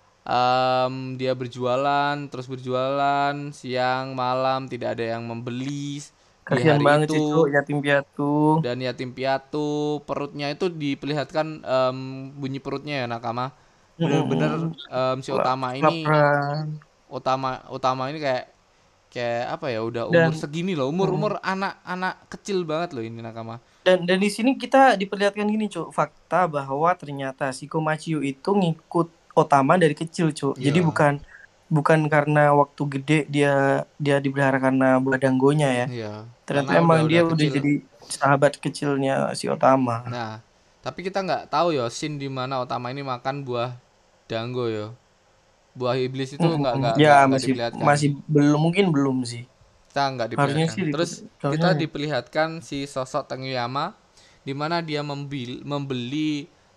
Em, dia berjualan, terus berjualan siang malam tidak ada yang membeli di Kasihan hari banget sih, Cuk, itu. yatim piatu. Dan yatim piatu, perutnya itu diperlihatkan em, bunyi perutnya ya nakama. Bener-bener Mm-mm. em, si La- Utama ini, Laparan. Utama Utama ini kayak kayak apa ya, udah umur Dan segini loh, umur mm, umur anak-anak kecil banget loh ini nakama. dan dan di sini kita diperlihatkan gini, Cuk, fakta bahwa ternyata si Komachiyo itu ngikut Otama dari kecil, Cuk. Jadi Iya, bukan bukan karena waktu gede dia dia dipelihara karena badanggonya ya. iya, Ternyata karena udah emang udah dia udah kecil. jadi sahabat kecilnya si Otama. Nah, tapi kita nggak tahu ya scene di mana Otama ini makan buah dango ya. Buah iblis itu nggak Mm-mm. nggak Ya nggak nggak masih diperlihatkan. masih belum mungkin belum sih. Kita nggak Harusnya diperlihatkan. sih di, Terus harusnya kita diperlihatkan si sosok Tenguyama di mana dia membeli, membeli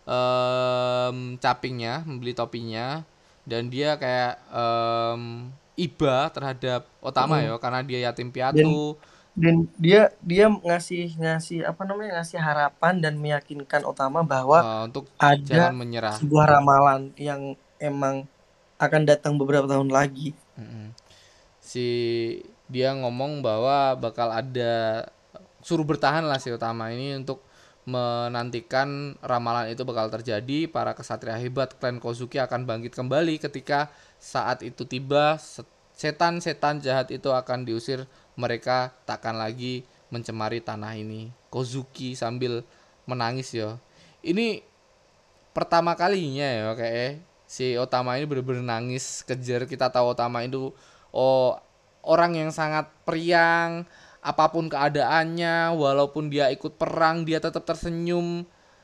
em, capingnya, membeli topinya, dan dia kayak em, iba terhadap Otama mm, ya karena dia yatim dan piatu. dan dia dia ngasih ngasih apa namanya ngasih harapan dan meyakinkan Otama bahwa Eh, untuk jangan ada menyerah. sebuah ramalan yang emang akan datang beberapa tahun lagi. Mm-mm. Si dia ngomong bahwa bakal ada, suruh bertahan lah si Utama ini untuk menantikan ramalan itu bakal terjadi. Para kesatria hebat klan Kozuki akan bangkit kembali ketika saat itu tiba. Setan-setan jahat itu akan diusir, mereka takkan lagi mencemari tanah ini. Kozuki sambil menangis ya. Ini pertama kalinya ya kayak si Otama ini bener-bener nangis kejer. Kita tahu Otama itu oh orang yang sangat periang, apapun keadaannya, walaupun dia ikut perang dia tetap tersenyum.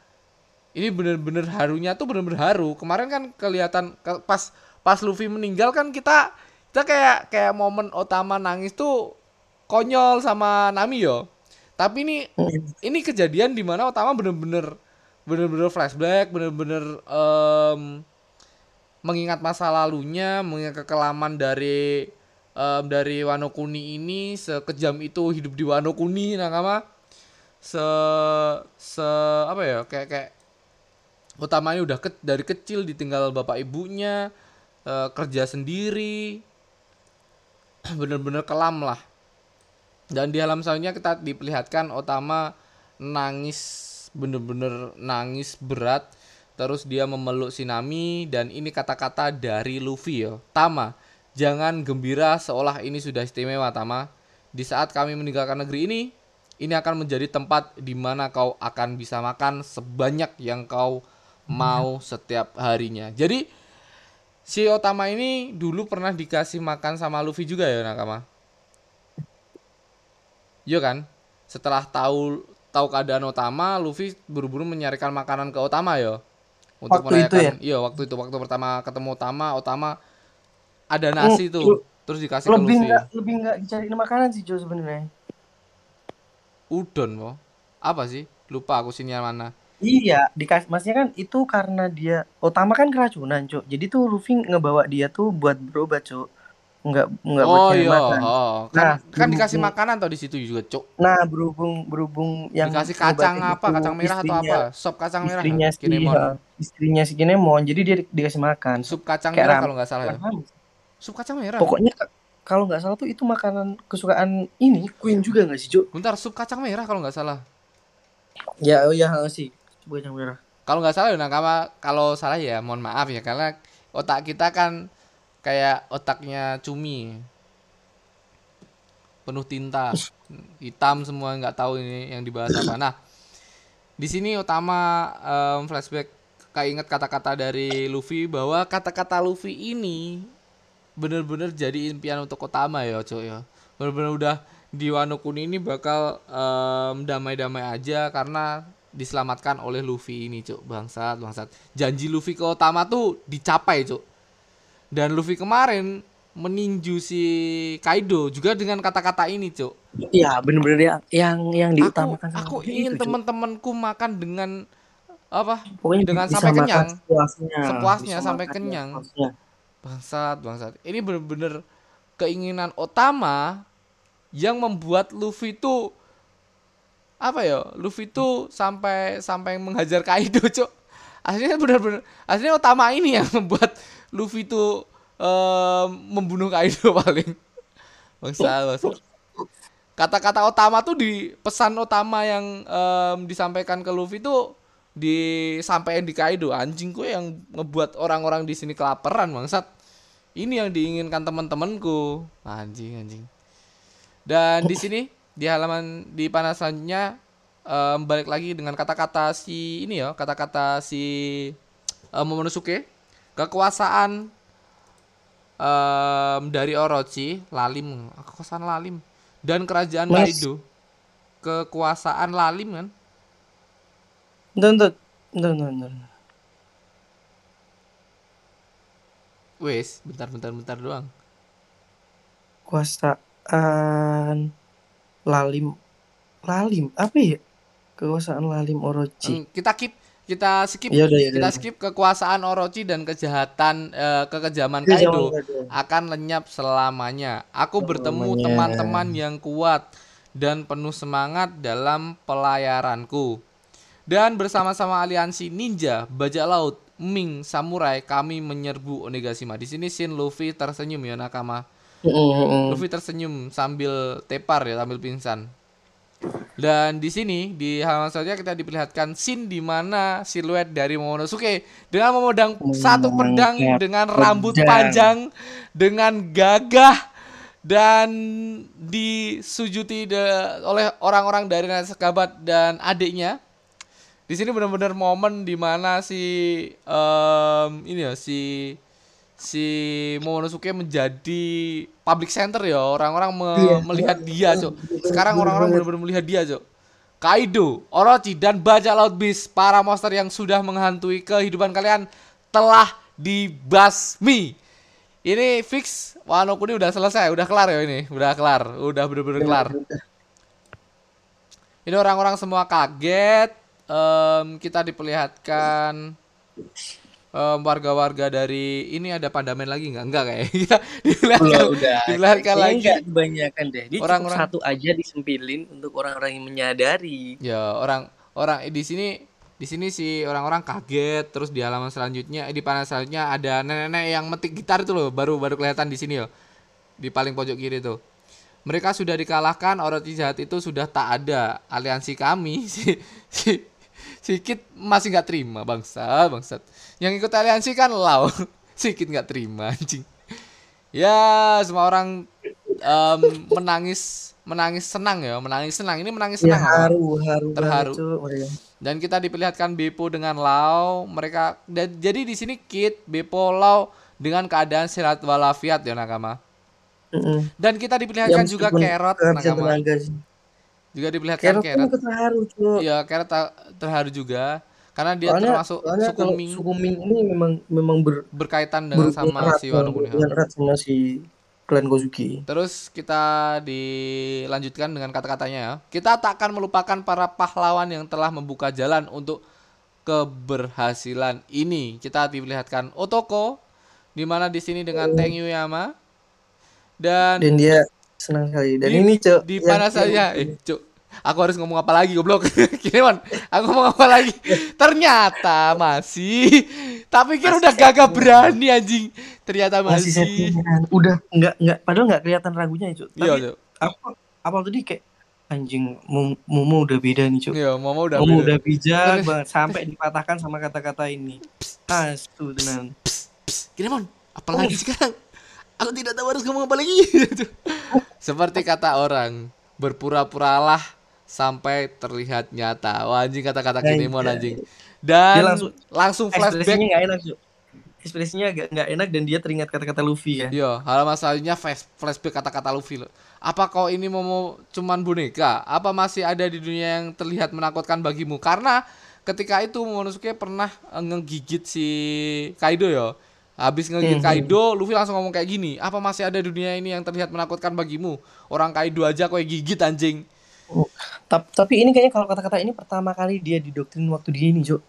Ini bener-bener harunya tuh bener-bener haru. Kemarin kan kelihatan ke- pas pas Luffy meninggal kan kita kita kayak kayak momen Otama nangis tuh konyol sama Nami yo. Tapi ini Mm. ini kejadian di mana Otama bener-bener bener-bener flashback, bener-bener em, mengingat masa lalunya, mengingat kekelaman dari em, dari Wano Kuni ini, sekejam itu hidup di Wano Kuni nakama. Se se apa ya, kayak kayak Utama ini udah ke, dari kecil ditinggal bapak ibunya, eh, kerja sendiri, bener-bener kelam lah. Dan di alam selanjutnya kita diperlihatkan Otama nangis, bener-bener nangis berat. Terus dia memeluk Shinami, dan ini kata-kata dari Luffy ya. Tama, jangan gembira seolah ini sudah istimewa Tama. Di saat kami meninggalkan negeri ini, ini akan menjadi tempat di mana kau akan bisa makan sebanyak yang kau mau setiap harinya. Jadi si Otama ini dulu pernah dikasih makan sama Luffy juga ya nakama. Iya kan? Setelah tahu tahu keadaan Otama, Luffy buru-buru menyarikan makanan ke Otama ya. Untuk Waktu itu ya. merayakan, iya waktu itu waktu pertama ketemu Otama, Otama ada Mm, nasi tuh, terus dikasih ke lebih Luffy. nggak lebih nggak dicariin makanan sih Jo sebenarnya. Udon mo. Apa sih? Lupa aku sini mana. Iya, dikasih maksudnya kan itu karena dia Otama kan keracunan, Cuk. Jadi tuh Luffy ngebawa dia tuh buat berobat, Cuk. Nggak nggak buat Oh nyari iya, makan. oh. Nah, Kan kan dikasih berhubung makanan tau di situ juga, Cuk. nah berhubung berhubung yang Dikasih kacang ngobatin apa? itu Kacang merah atau istrinya apa? Sop kacang merah ya? istrinya si Kinemon. ha, istrinya si Kinemon, jadi dia di- dikasih makan Sup kacang kayak merah ramen. kalau nggak salah Bukan ya. ramen. Sup kacang merah. Pokoknya ka- kalau nggak salah tuh itu makanan kesukaan ini Queen juga nggak sih, Cuk? Bentar, sup kacang merah kalau nggak salah. Ya, oh ya sih. Coba yang merah. Kalau nggak salah ya nakama, kalau salah ya mohon maaf ya, karena otak kita kan kayak otaknya cumi, penuh tinta, hitam semua, nggak tahu ini yang dibahas apa. Nah, di sini Utama em, flashback kayak inget kata-kata dari Luffy bahwa kata-kata Luffy ini bener-bener jadi impian untuk Utama ya, Cok ya. Bener-bener udah di Wano Kuni ini bakal em, damai-damai aja karena diselamatkan oleh Luffy ini, Cok. Bangsat, bangsat. Janji Luffy ke Utama tuh dicapai, Cok. Dan Luffy kemarin meninju si Kaido juga dengan kata-kata ini, Cuk. Iya, bener-bener yang yang yang Aku diutamakan sama aku dia ingin itu, Cuk. teman-temanku makan dengan apa? Pokoknya Dengan bisa sampai makan kenyang. sepuasnya, Sepuasnya bisa sampai makan yang kenyang. sepuasnya. Bangsat, bangsat. Ini bener-bener keinginan utama yang membuat Luffy itu apa ya? Luffy itu sampai sampai menghajar Kaido, Cuk. Aslinya benar-benar aslinya utama ini yang membuat Luffy itu em, membunuh Kaido paling. Bangsa, bangsa. Kata-kata utama tuh di pesan utama yang em, disampaikan ke Luffy tuh disampaikan di Kaido. Anjing gue yang ngebuat orang-orang di sini kelaparan, bangsat. Ini yang diinginkan teman-temanku. Anjing, anjing. Dan di sini di halaman di panel selanjutnya em, balik lagi dengan kata-kata si ini ya, kata-kata si em, Momonosuke, kekuasaan em, dari Orochi, Lalim, kekuasaan Lalim dan kerajaan Mas, Kaido. Kekuasaan Lalim kan? bentar, bentar, bentar, bentar. Wes, bentar bentar bentar doang. Kekuasaan Lalim, Lalim apa ya? Kekuasaan Lalim Orochi. Hmm, kita keep kita skip Ya udah, ya kita udah. skip kekuasaan Orochi dan kejahatan eh, kekejaman Itu zaman Kaido Kaido. akan lenyap selamanya. Aku bertemu Selamanya. teman-teman yang kuat dan penuh semangat dalam pelayaranku. Dan bersama-sama aliansi ninja, bajak laut, Ming, samurai, kami menyerbu Onigashima. Di sini Shin Luffy tersenyum ya nakama. Mm-mm. Luffy tersenyum sambil tepar ya, sambil pingsan. Dan di sini di halaman selanjutnya kita diperlihatkan scene di mana siluet dari Momonosuke dengan memandang satu pedang Mengangkat dengan rambut pedang. panjang dengan gagah dan disujuti de- oleh orang-orang dari Nine Sakabat dan adiknya. Di sini benar-benar momen di mana si em, ini ya si si Momonosuke menjadi public center ya, orang-orang me- Iya. melihat dia, Cok. Sekarang orang-orang benar-benar melihat dia, Cok. Kaido, Orochi dan bajak laut Beast, para monster yang sudah menghantui kehidupan kalian telah dibasmi. Ini fix Wano Kuni udah selesai, udah kelar ya ini, udah kelar, udah benar-benar kelar. Ini orang-orang semua kaget. Em, kita diperlihatkan em, warga-warga dari ini ada Pandamen lagi nggak? Enggak kayak kita diperlihatkan, Udah, udah. diperlihatkan Kayaknya lagi nggak kebanyakan deh. Dia cukup orang-orang. satu aja disempilin untuk orang-orang yang menyadari. Ya orang orang di sini di sini sih orang-orang kaget. Terus di halaman selanjutnya di panel selanjutnya ada nenek-nenek yang metik gitar itu loh, baru baru kelihatan di sini loh, di paling pojok kiri tuh. Mereka sudah dikalahkan, Orochi jahat itu sudah tak ada. Aliansi kami si si si Kid masih nggak terima, bangsa bangsat. Yang ikut aliansi kan Lau. Si Kid nggak terima anjing. Ya semua orang em, menangis menangis senang ya, menangis senang. Ini menangis Ya senang apa? haru, haru Terharu. banget, Cuk, mereka. Dan kita diperlihatkan Beppo dengan Lau. Mereka dan, jadi di sini Kid, Beppo, Lau dengan keadaan sehat walafiat ya nakama. Mm-mm. Dan kita Ya diperlihatkan juga meskipun Carrot kehabisan nakama. tenaga sih. Juga diperlihatkan Carrot kan Carrot. ikut terharu, Cuk. Ya Carrot ta- terharu juga karena dia Soalnya, termasuk soalnya suku kalau Ming, suku Ming ini memang memang ber, berkaitan dengan berhubungan sama erat, si Wano Kuni. berhubungan erat sama si klan Kozuki. Terus kita dilanjutkan dengan kata-katanya ya. Kita tak akan melupakan para pahlawan yang telah membuka jalan untuk keberhasilan ini. Kita diperlihatkan Otoko di mana di sini dengan Teng Yuyama dan Dan dia senang sekali. Dan di, ini, Cuk, di yang- mana saja eh Cuk, aku harus ngomong apa lagi goblok. Gini man, aku ngomong apa lagi? Ternyata masih tak pikir udah gagah berani anjing. Ternyata masih masih. settingan. Udah nggak nggak padahal nggak kelihatan ragunya, Cuk. Iya, Tapi Cuk. apa apa tadi kayak anjing Mom- Momo udah beda nih, Cuk. Iya, Momo udah Momo beda. udah bijak banget sampai dipatahkan sama kata-kata ini. Astu tenan. Gini mon, apalagi sekarang? Aku tidak tahu harus ngomong apa lagi. Seperti kata orang, berpura-puralah sampai terlihat nyata. Wah anjing kata-kata Kinemon anjing. Dan Dia langsung, langsung- flashback. Ekspresinya nggak enak, Cuk. Ekspresinya agak nggak enak dan dia teringat kata-kata Luffy ya. Yo, halaman selanjutnya flash, flashback kata-kata Luffy loh. Apa kau ini mau cuman boneka? Apa masih ada di dunia yang terlihat menakutkan bagimu? Karena ketika itu Momonosuke pernah eh, ngegigit si Kaido ya. Habis ngegit Mhm. Kaido, Luffy langsung ngomong kayak gini, apa masih ada dunia ini yang terlihat menakutkan bagimu? Orang Kaido aja kowe gigit anjing. Oh, tap- tapi ini kayaknya kalau kata-kata ini pertama kali dia didoktrin waktu di ini, Cuk.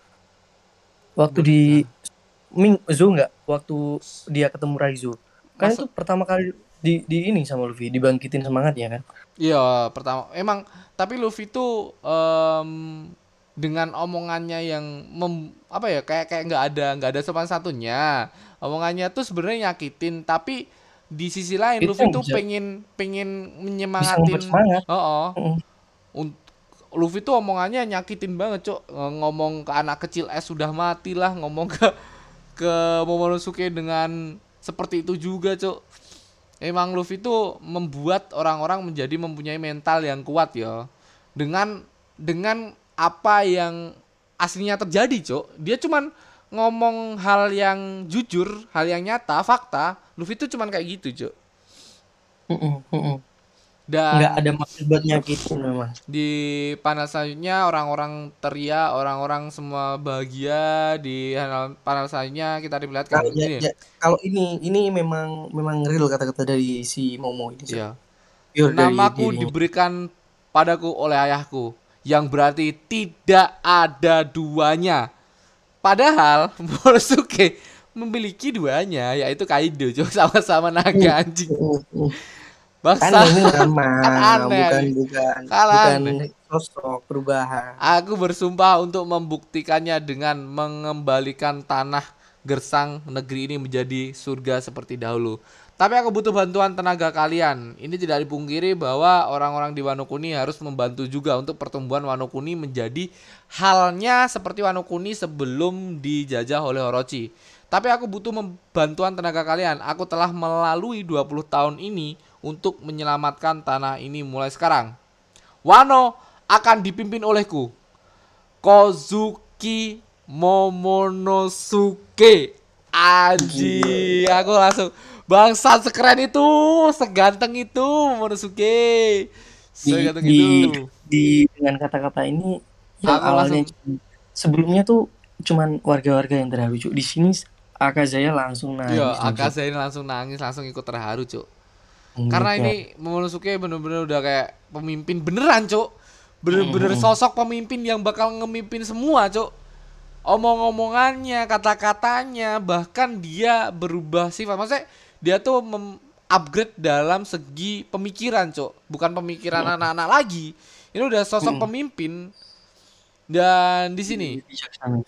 Waktu di Bener. Ming Zo nggak? Waktu dia ketemu Raizo. Kan Masa- itu pertama kali di di ini sama Luffy, dibangkitin semangatnya kan. Iya, pertama emang tapi Luffy tuh em, dengan omongannya yang mem, apa ya kayak kayak nggak ada nggak ada sopan satunya. Omongannya tuh sebenarnya nyakitin, tapi di sisi lain Itu Luffy yang tuh bisa pengen pengen bisa ngebuat menyemangatin. semangat. Oh, oh. Mm. Un- Luffy tuh omongannya nyakitin banget, Cok. Ng- Ngomong ke anak kecil es sudah mati lah, ngomong ke ke Momonosuke dengan seperti itu juga, Cok. Emang Luffy tuh membuat orang-orang menjadi mempunyai mental yang kuat ya. Dengan dengan apa yang aslinya terjadi, Cok. Dia cuman ngomong hal yang jujur, hal yang nyata, fakta. Luffy tuh cuman kayak gitu, Cok. Mm-mm, mm-mm. Nggak Dan ada maksud buat nyakitin memang. di panel selanjutnya orang-orang teriak, orang-orang semua bahagia. Di panel, panel selanjutnya kita diperlihatkan Kalau ya, ini. ya, kalau ini ini memang memang real kata-kata dari si Momo ini, Cuk. Ya, Pure dari namaku dirinya. diberikan padaku oleh ayahku, yang berarti tidak ada duanya. Padahal Momonosuke memiliki duanya, yaitu Kaido, Cok. Sama-sama naga anjing. Mm, mm. Kan Bangsa. ini nama, Kan aneh, bukan anjing. bukan Kan bukan aneh. sosok perubahan. Aku bersumpah untuk membuktikannya dengan mengembalikan tanah gersang negeri ini menjadi surga seperti dahulu. Tapi aku butuh bantuan tenaga kalian. Ini tidak dipungkiri bahwa orang-orang di Wano Kuni harus membantu juga untuk pertumbuhan Wano Kuni menjadi halnya seperti Wano Kuni sebelum dijajah oleh Orochi. Tapi aku butuh bantuan tenaga kalian. Aku telah melalui dua puluh tahun ini untuk menyelamatkan tanah ini mulai sekarang. Wano akan dipimpin olehku, Kozuki Momonosuke. Anji, aku langsung bangsat, sekeren itu, seganteng itu Momonosuke. Di, Seganteng di, itu. di dengan kata-kata ini yang Aku awalnya langsung, sebelumnya tuh cuman warga-warga yang terharu, Cuk. Di sini Akazaya langsung iya, nangis, dong, Cuk. Akasa ini langsung nangis, langsung ikut terharu, Cuk. Hmm, Karena ya. ini Momonosuke bener-bener udah kayak pemimpin beneran, Cuk. Bener-bener sosok pemimpin yang bakal ngemimpin semua, Cuk. Omong-omongannya, kata-katanya, bahkan dia berubah sifat. Maksudnya dia tuh upgrade dalam segi pemikiran, Cuk. Bukan pemikiran anak-anak lagi. Ini udah sosok Mm. pemimpin. Dan di sini Bijaksana.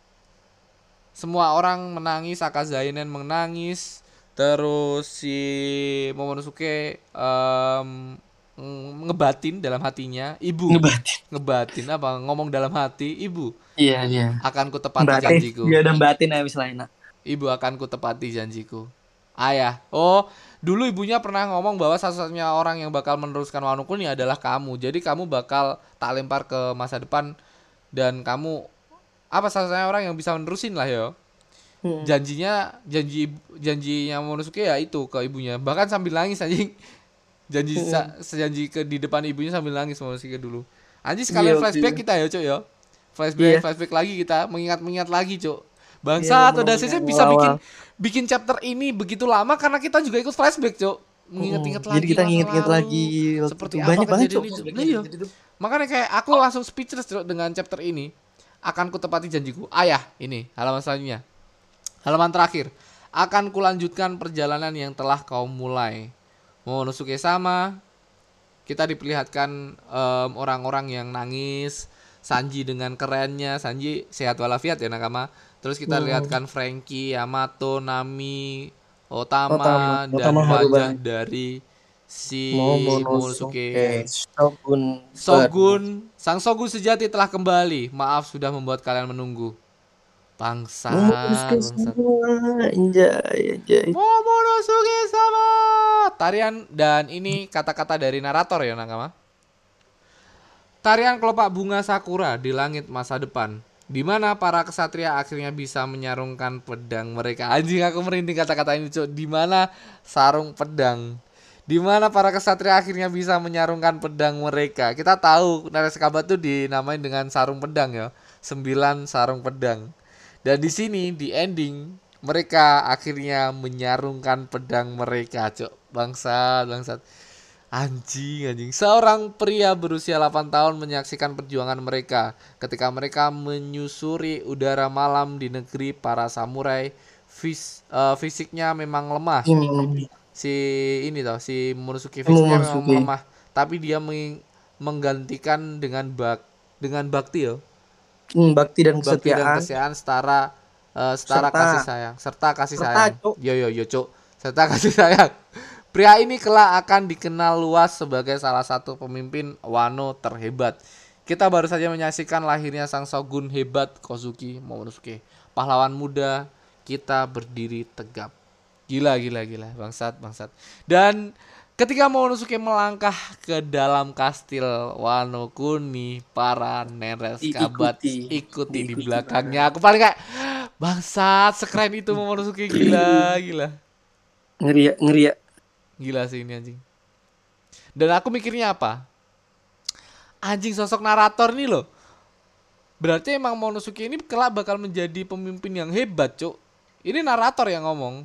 semua orang menangis, Akazainen menangis, terus si Momonosuke em, ngebatin dalam hatinya, ibu Ngebatin. ngebatin apa ngomong dalam hati, ibu Iya, iya. akan ku tepati Batin. janjiku, Dia udah batin habis lain. ibu akan ku tepati janjiku. Ayah, oh dulu ibunya pernah ngomong bahwa satu-satunya orang yang bakal meneruskan Wano Kuni adalah kamu, jadi kamu bakal tak lempar ke masa depan dan kamu apa satu-satunya orang yang bisa menerusin lah ya. Hmm. Janjinya janji janjinya Momonosuke ya itu ke ibunya, bahkan sambil nangis anjing. Janji sa, janji ke di depan ibunya sambil nangis Momonosuke dulu. Anjing sekalian Iya, flashback iya. kita ya, Cuk ya. Flashback Iya. flashback lagi kita, mengingat-mengingat lagi, Cuk. Iya, Bangsa atau momen-momen dasarnya yang bisa bikin awal. bikin chapter ini begitu lama karena kita juga ikut flashback, Cuk. Mengingat-ingat Hmm, lagi jadi kita masa nginget-inget lalu, lagi waktu seperti itu. apa Banyak banget, kejadian Cuk, itu. flashbacknya Nah, iya. gitu tuh. Makanya kayak aku langsung speechless, Cuk, dengan chapter ini. Akan kutepati janjiku. Ayah, ini halaman selanjutnya. Halaman terakhir. Akan kulanjutkan perjalanan yang telah kau mulai. Momonosuke sama. Kita diperlihatkan em, orang-orang yang nangis. Sanji dengan kerennya. Sanji sehat walafiat ya nakama. Terus kita Hmm. lihatkan Frankie, Yamato, Nami, Otama, Otama. dan Otama haru wajah banget. dari si Momonosuke Momonosuke. Shogun. Shogun, sang Shogun sejati telah kembali. Maaf sudah membuat kalian menunggu. Bangsat, Momonosuke bangsat. sama. Anjay, anjay. Momonosuke sama. Tarian dan ini kata-kata dari narator ya nakama. Tarian kelopak bunga sakura di langit masa depan, di mana para kesatria akhirnya bisa menyarungkan pedang mereka. Anjing aku merinding kata-kata ini, Cuk. Di mana sarung pedang? Di mana para kesatria akhirnya bisa menyarungkan pedang mereka. Kita tahu Nareskaba tuh dinamain dengan sarung pedang ya. Sembilan sarung pedang. Dan di sini di ending Mereka akhirnya menyarungkan pedang mereka, cok. Bangsat, bangsat. Anjing, anjing. Seorang pria berusia delapan tahun menyaksikan perjuangan mereka ketika mereka menyusuri udara malam di negeri para samurai. Fis, eh, fisiknya memang lemah. Ini Si ini toh, si Momonosuke Emo fisiknya memang Momonosuke. melemah, tapi dia meng- menggantikan dengan bak dengan bakti yo. Hmm, bakti dan Bakti dan kesetiaan kesetiaan setara eh, setara kasih serta sayang, serta kasih serta sayang. cuk. Yo yo yo, cuk. Serta kasih sayang. Pria ini kelak akan dikenal luas sebagai salah satu pemimpin Wano terhebat. Kita baru saja menyaksikan lahirnya sang shogun hebat Kozuki Momonosuke. Pahlawan muda kita berdiri tegap. Gila gila gila, bangsat bangsat. Dan ketika Momonosuke melangkah ke dalam kastil Wano Kuni, para neres kabat Diikuti, ikuti di diikuti belakangnya. Aku paling kayak bangsat, sekeren itu Momonosuke, gila gila. ngeri ya, ngeri ya. Gila sih ini anjing. Dan aku mikirnya apa? Anjing, sosok narator nih loh. Berarti emang Momonosuke ini kelak bakal menjadi pemimpin yang hebat, Cuk. Ini narator yang ngomong.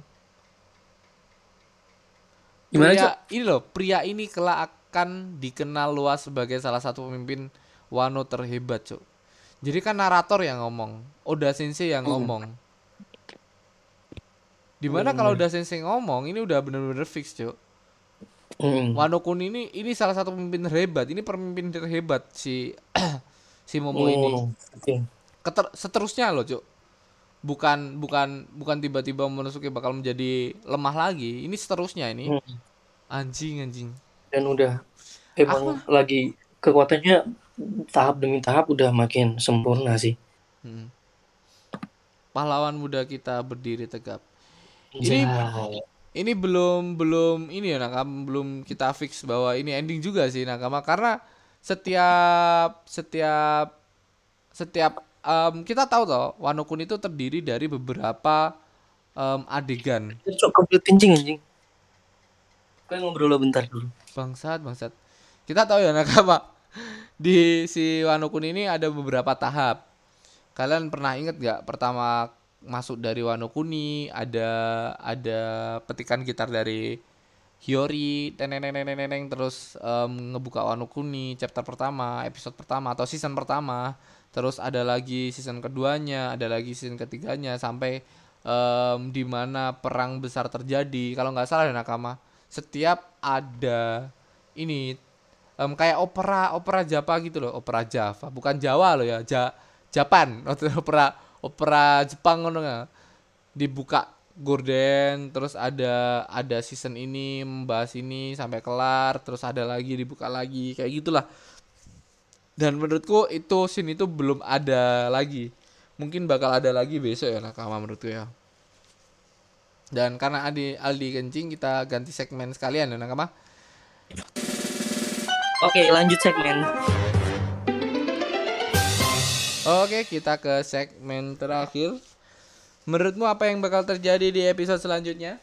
Gimana, Pria Cok? ini loh, pria ini kelak akan dikenal luas sebagai salah satu pemimpin Wano terhebat, Cuk. Jadi kan narator yang ngomong, Oda Sensei yang Hmm. ngomong. Dimana kalau Oda Sensei ngomong, ini udah bener-bener fix, Cuk. Hmm. Wano Kuni ini ini salah satu pemimpin terhebat. Ini pemimpin terhebat si si Momo ini. Oh, oke. Keter- seterusnya loh, Cuk. Bukan bukan bukan tiba-tiba Momonosuke bakal menjadi lemah lagi. Ini seterusnya ini. Hmm. Anjing anjing. Dan udah emang lagi kekuatannya tahap demi tahap udah makin sempurna sih. Hmm. Pahlawan muda kita berdiri tegap. Ini Ya. ini belum belum ini ya Nakama, belum kita fix bahwa ini ending juga sih Nakama, karena setiap setiap setiap em, kita tahu toh Wano Kuni itu terdiri dari beberapa em, adegan. Cok, kebelet kencing anjing. Kan ngobrol lo bentar dulu. Bangsat bangsat. Kita tahu ya Nakama, di si Wano Kuni ini ada beberapa tahap. Kalian pernah inget gak pertama masuk dari Wano Kuni ada ada petikan gitar dari Hiyori, teneng terus em, ngebuka Wano Kuni chapter pertama, episode pertama atau season pertama. Terus ada lagi season keduanya, ada lagi season ketiganya sampai em, di mana perang besar terjadi. Kalau nggak salah ya Nakama, setiap ada ini em, kayak opera opera Java gitu loh, opera Java, bukan Jawa loh ya, ja, Japan, opera opera Jepang ngono ya. Dibuka gorden, terus ada ada season ini membahas ini sampai kelar, terus ada lagi dibuka lagi kayak gitulah. Dan menurutku itu scene itu belum ada lagi. Mungkin bakal ada lagi besok ya Nakama menurutku ya. Dan karena Adi Aldi kencing, kita ganti segmen sekalian ya Nakama. Oke, lanjut segmen. Oke, kita ke segmen terakhir. Menurutmu apa yang bakal terjadi di episode selanjutnya?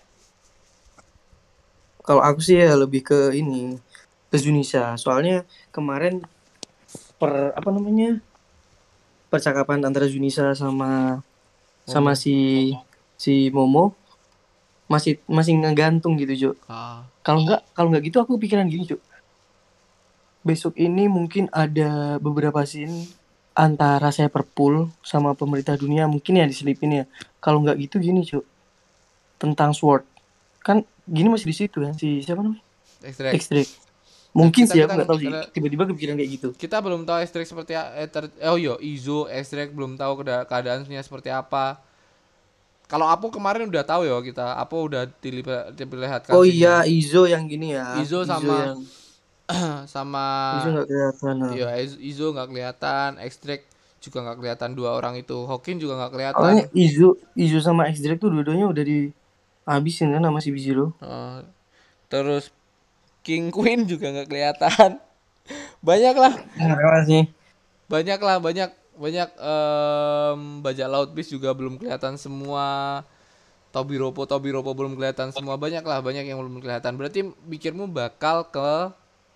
Kalau aku sih ya lebih ke ini, ke Zunisha. Soalnya kemarin per apa namanya? Percakapan antara Zunisha sama sama si si Momo masih masih ngegantung gitu, Cuk. Ah, Kalau nggak kalau nggak gitu aku pikiran gini, Cuk. Besok ini mungkin ada beberapa scene antara Cyberpool sama pemerintah dunia mungkin ya diselipin ya. Kalau nggak gitu gini, Cuk. Tentang Sword. Kan gini masih di situ ya si siapa namanya? Extract. Extract. Mungkin Kita- sih kita- aku nggak tahu sih. kita- Tiba-tiba kepikiran kayak gitu. Kita belum tahu Extract seperti a- eh, ter- oh iya, Izo Extract belum tahu keada- keadaannya seperti apa. Kalau Apo kemarin udah tahu ya kita, Apo udah dilihat diperlihatkan Oh scene-nya. iya, Izo yang gini ya. Izo sama- yang sama Izo nggak kelihatan. nah. iya Ez- Izo nggak kelihatan, Extract juga nggak kelihatan, dua orang itu. Hokin juga nggak kelihatan. Soalnya Izo Izo sama Extract tuh dua-duanya udah dihabisin kan sama si Biziro. Eh, terus King Queen juga nggak kelihatan. Banyak lah, Nah, sih. banyak lah, banyak banyak em, bajak laut beast juga belum kelihatan semua. Tobiropo Tobiropo belum kelihatan semua. Banyak lah, banyak yang belum kelihatan. Berarti pikirmu bakal ke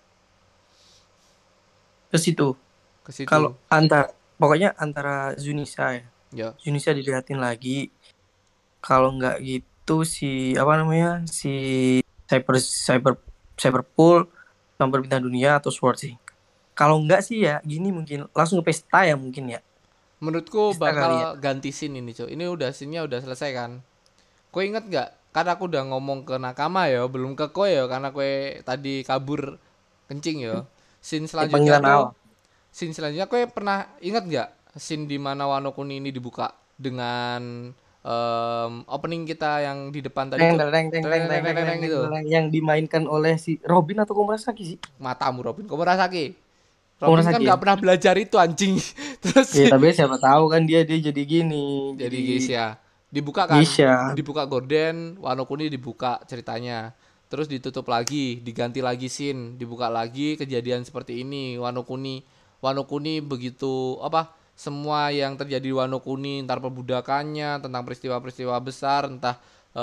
Ke situ. ke situ. Kalau antar pokoknya antara Zunisha ya. Ya. Zunisha dilihatin lagi. Kalau nggak gitu si apa namanya si cyber cyber cyberpool sampai bintang dunia atau sword sih. Kalau nggak sih ya gini mungkin langsung ke pesta ya mungkin ya. Menurutku Pesta kali ya. bakal ganti scene ini, Cuk. Ini udah scene-nya udah selesai kan. Kowe inget nggak? Karena aku udah ngomong ke Nakama ya, belum ke kowe ya, karena kowe tadi kabur kencing ya. Scene Kayak selanjutnya panggilan tuh, awal. scene selanjutnya kowe pernah inget nggak? Scene di mana Wano Kuni ini dibuka dengan em, opening kita yang di depan tadi, Teng Cuk. teng teng teng teng teng teng teng Gitu. teng yang dimainkan oleh si Robin atau Komurasaki sih? Matamu Robin, kamu Rasaki. Robin kan Komurasaki ya. nggak pernah belajar itu anjing. Terus Ya tapi siapa tahu kan dia dia jadi gini, jadi jadi guys ya, dibuka kan, Geisha. dibuka gorden, Wano Kuni dibuka ceritanya, terus ditutup lagi, diganti lagi scene, dibuka lagi kejadian seperti ini. Wano Kuni Wano Kuni begitu apa, semua yang terjadi di Wano Kuni, entar perbudakannya, tentang peristiwa-peristiwa besar, entah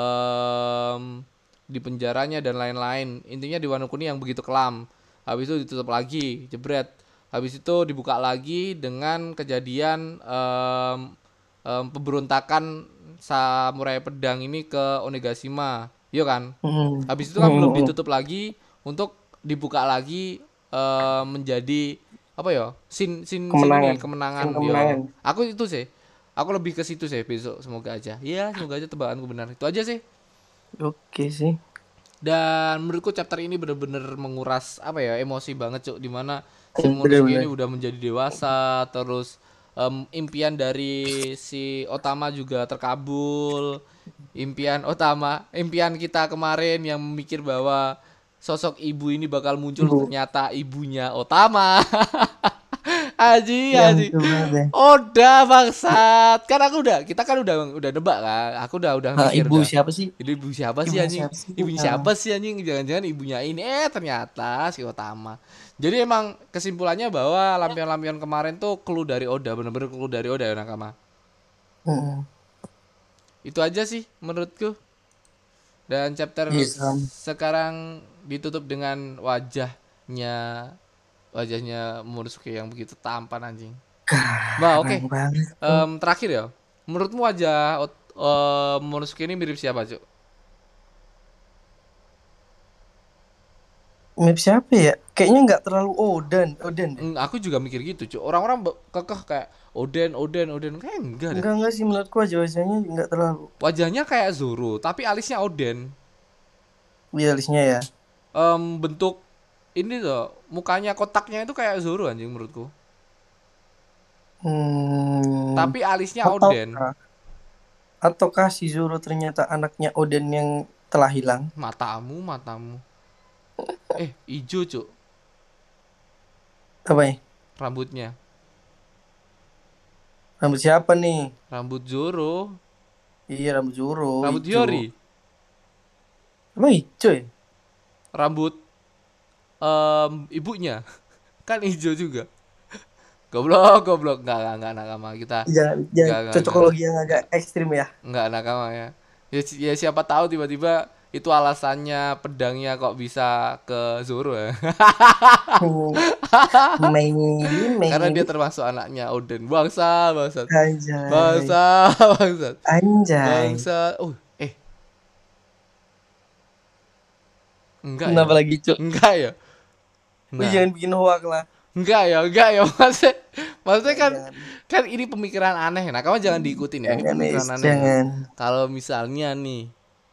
em, di penjaranya dan lain-lain. Intinya di Wano Kuni yang begitu kelam. Habis itu ditutup lagi, jebret. Habis itu dibuka lagi dengan kejadian em, em, pemberontakan samurai pedang ini ke Onigashima, iya kan? Hmm. Habis itu kan belum Hmm. ditutup lagi untuk dibuka lagi em, menjadi apa ya? Sin sin sin ini Kemenangan. kemenangan, Sin yo. kemenangan. Aku itu sih. Aku lebih ke situ sih besok, semoga aja. Iya, semoga aja tebakanku benar. Itu aja sih. Oke sih. Dan menurutku chapter ini bener-bener menguras apa ya, emosi banget, Cuk, dimana si Momonosuke ini Bener-bener. udah menjadi dewasa, terus em, impian dari si Otama juga terkabul. Impian Otama, impian kita kemarin yang mikir bahwa sosok ibu ini bakal muncul, Ibu. ternyata ibunya Otama. Aji, Ya aji. betul banget ya. Udah bangsat. Kan aku udah, kita kan udah udah nebak kan. Aku udah udah Nah, mikir ibu udah. siapa sih? Ini ibu siapa sih Ibunya anjing? siapa sih? Ibunya Nah, siapa sih anjing? Jangan-jangan ibunya ini. Eh ternyata si Otama. Jadi emang kesimpulannya bahwa lampion-lampion kemarin tuh clue dari Oda, bener-bener clue dari Oda ya Nakama. mm, Itu aja sih menurutku. Dan chapter iya Sam. sekarang ditutup dengan wajahnya wajahnya Momonosuke yang begitu tampan anjing. Mbak, oke. Keren banget. Em, terakhir ya. Menurutmu wajah Ot- em, Momonosuke ini mirip siapa, Cuk? Map siapa ya? Kayaknya nggak terlalu Oden, Oden deh. Hmm, aku juga mikir gitu, Cuk. Orang-orang be- kekeh kayak Oden, Oden, Oden. Kayak enggak deh. Enggak enggak sih menurutku wajah-wajahnya nggak terlalu. Wajahnya kayak Zoro, tapi alisnya Oden. Iya listnya ya. Em, bentuk ini loh, mukanya kotaknya itu kayak Zoro anjing menurutku. Hmm, Tapi alisnya atau Oden. ataukah si Zoro ternyata anaknya Oden yang telah hilang? Matamu, matamu. Eh, ijo, Cuk, Apa ya? rambutnya. Rambut siapa nih? Rambut Zoro, Iya rambut Zoro, rambut hijau. Hiyori, Emang hijau ya? rambut em, ibunya. Kan ijo juga. Goblok, goblok. Enggak, enggak, enggak nakama kita. Jangan, Enggak, jangan enggak, enggak. cocokologi yang agak ekstrim ya. Enggak nakama ya. Ya, si- ya siapa tahu tiba-tiba itu alasannya pedangnya kok bisa ke Zoro ya. Hmm, maybe, Karena dia maybe. termasuk anaknya Odin. Bangsa, bangsat. Anjay. Bangsa, bangsat. Anjay. Bangsa. Oh, eh. Enggak ya. Kenapa lagi, Cuk? Enggak ya. Lu Nah, jangan bikin hoak lah. enggak ya, enggak ya. Maksudnya, maksudnya kan Jangan. kan ini pemikiran aneh. Nah, kamu jangan diikutin ya. Ini Jangan, pemikiran Is. aneh. Ya. Jangan. Kalau misalnya nih,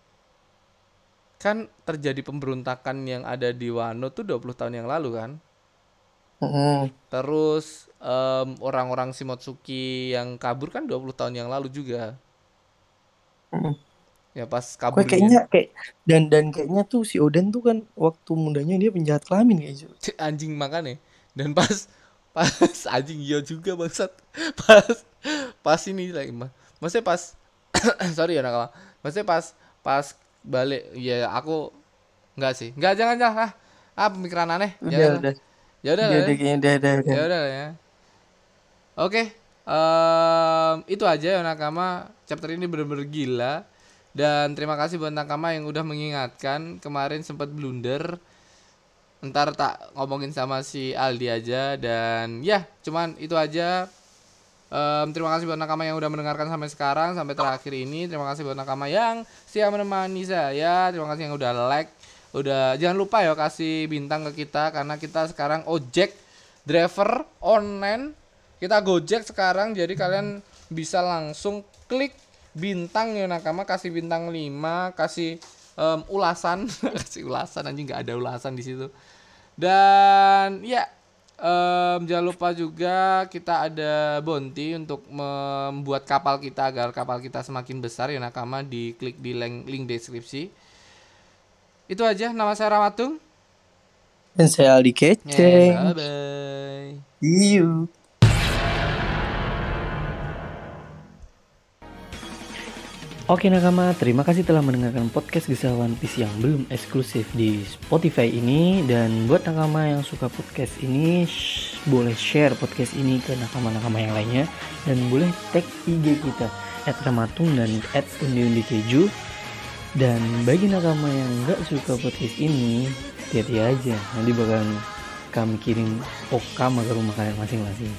kan terjadi pemberontakan yang ada di Wano tuh dua puluh tahun yang lalu kan. Mm-mm. Terus em, orang-orang Shimotsuki yang kabur kan dua puluh tahun yang lalu juga. Mm-mm. Ya pas Kok kaburnya. kayaknya kayak dan dan kayaknya tuh si Oden tuh kan waktu mudanya dia penjahat kelamin kayaknya. Cuk. Cek, anjing makanya. Dan pas pas anjing iya juga bangsat. Pas pas ini lagi mah. Maksudnya pas sorry ya nakal. Maksudnya pas pas balik ya aku enggak sih. Enggak, jangan jangan ah. Ah pemikiran aneh. Udah Jangan. udah. Ya udah Udah lah udah ya. kayaknya udah udah udah. Ya udah lah ya. Oke. em, itu aja ya nakama. Chapter ini bener-bener gila. Dan terima kasih buat Nakama yang udah mengingatkan. Kemarin sempat blunder. Ntar tak ngomongin sama si Aldi aja. Dan ya cuman itu aja. Um, terima kasih buat nakama yang udah mendengarkan sampai sekarang, sampai terakhir ini. Terima kasih buat nakama yang siap menemani saya. Terima kasih yang udah like. Udah jangan lupa ya kasih bintang ke kita, karena kita sekarang ojek driver online. Kita Gojek sekarang, jadi kalian bisa langsung klik bintang ya nakama, kasih bintang lima, kasih um, ulasan, kasih ulasan anjing, nggak ada ulasan di situ. Dan ya Um, jangan lupa juga kita ada bounty untuk membuat kapal kita agar kapal kita semakin besar ya nakama, di klik di link, link deskripsi. Itu aja, nama saya Ramatung. Dan saya Aldi Keceng. Yeah, bye bye. See you. Oke nakama, terima kasih telah mendengarkan podcast Kisah One Piece yang belum eksklusif di Spotify ini. Dan buat nakama yang suka podcast ini, sh- boleh share podcast ini ke nakama-nakama yang lainnya. Dan boleh tag I G kita et ramatung dan et undi undi keju. Dan bagi nakama yang gak suka podcast ini, hati-hati aja, nanti bakalan kami kirim okama ke rumah kalian masing-masing.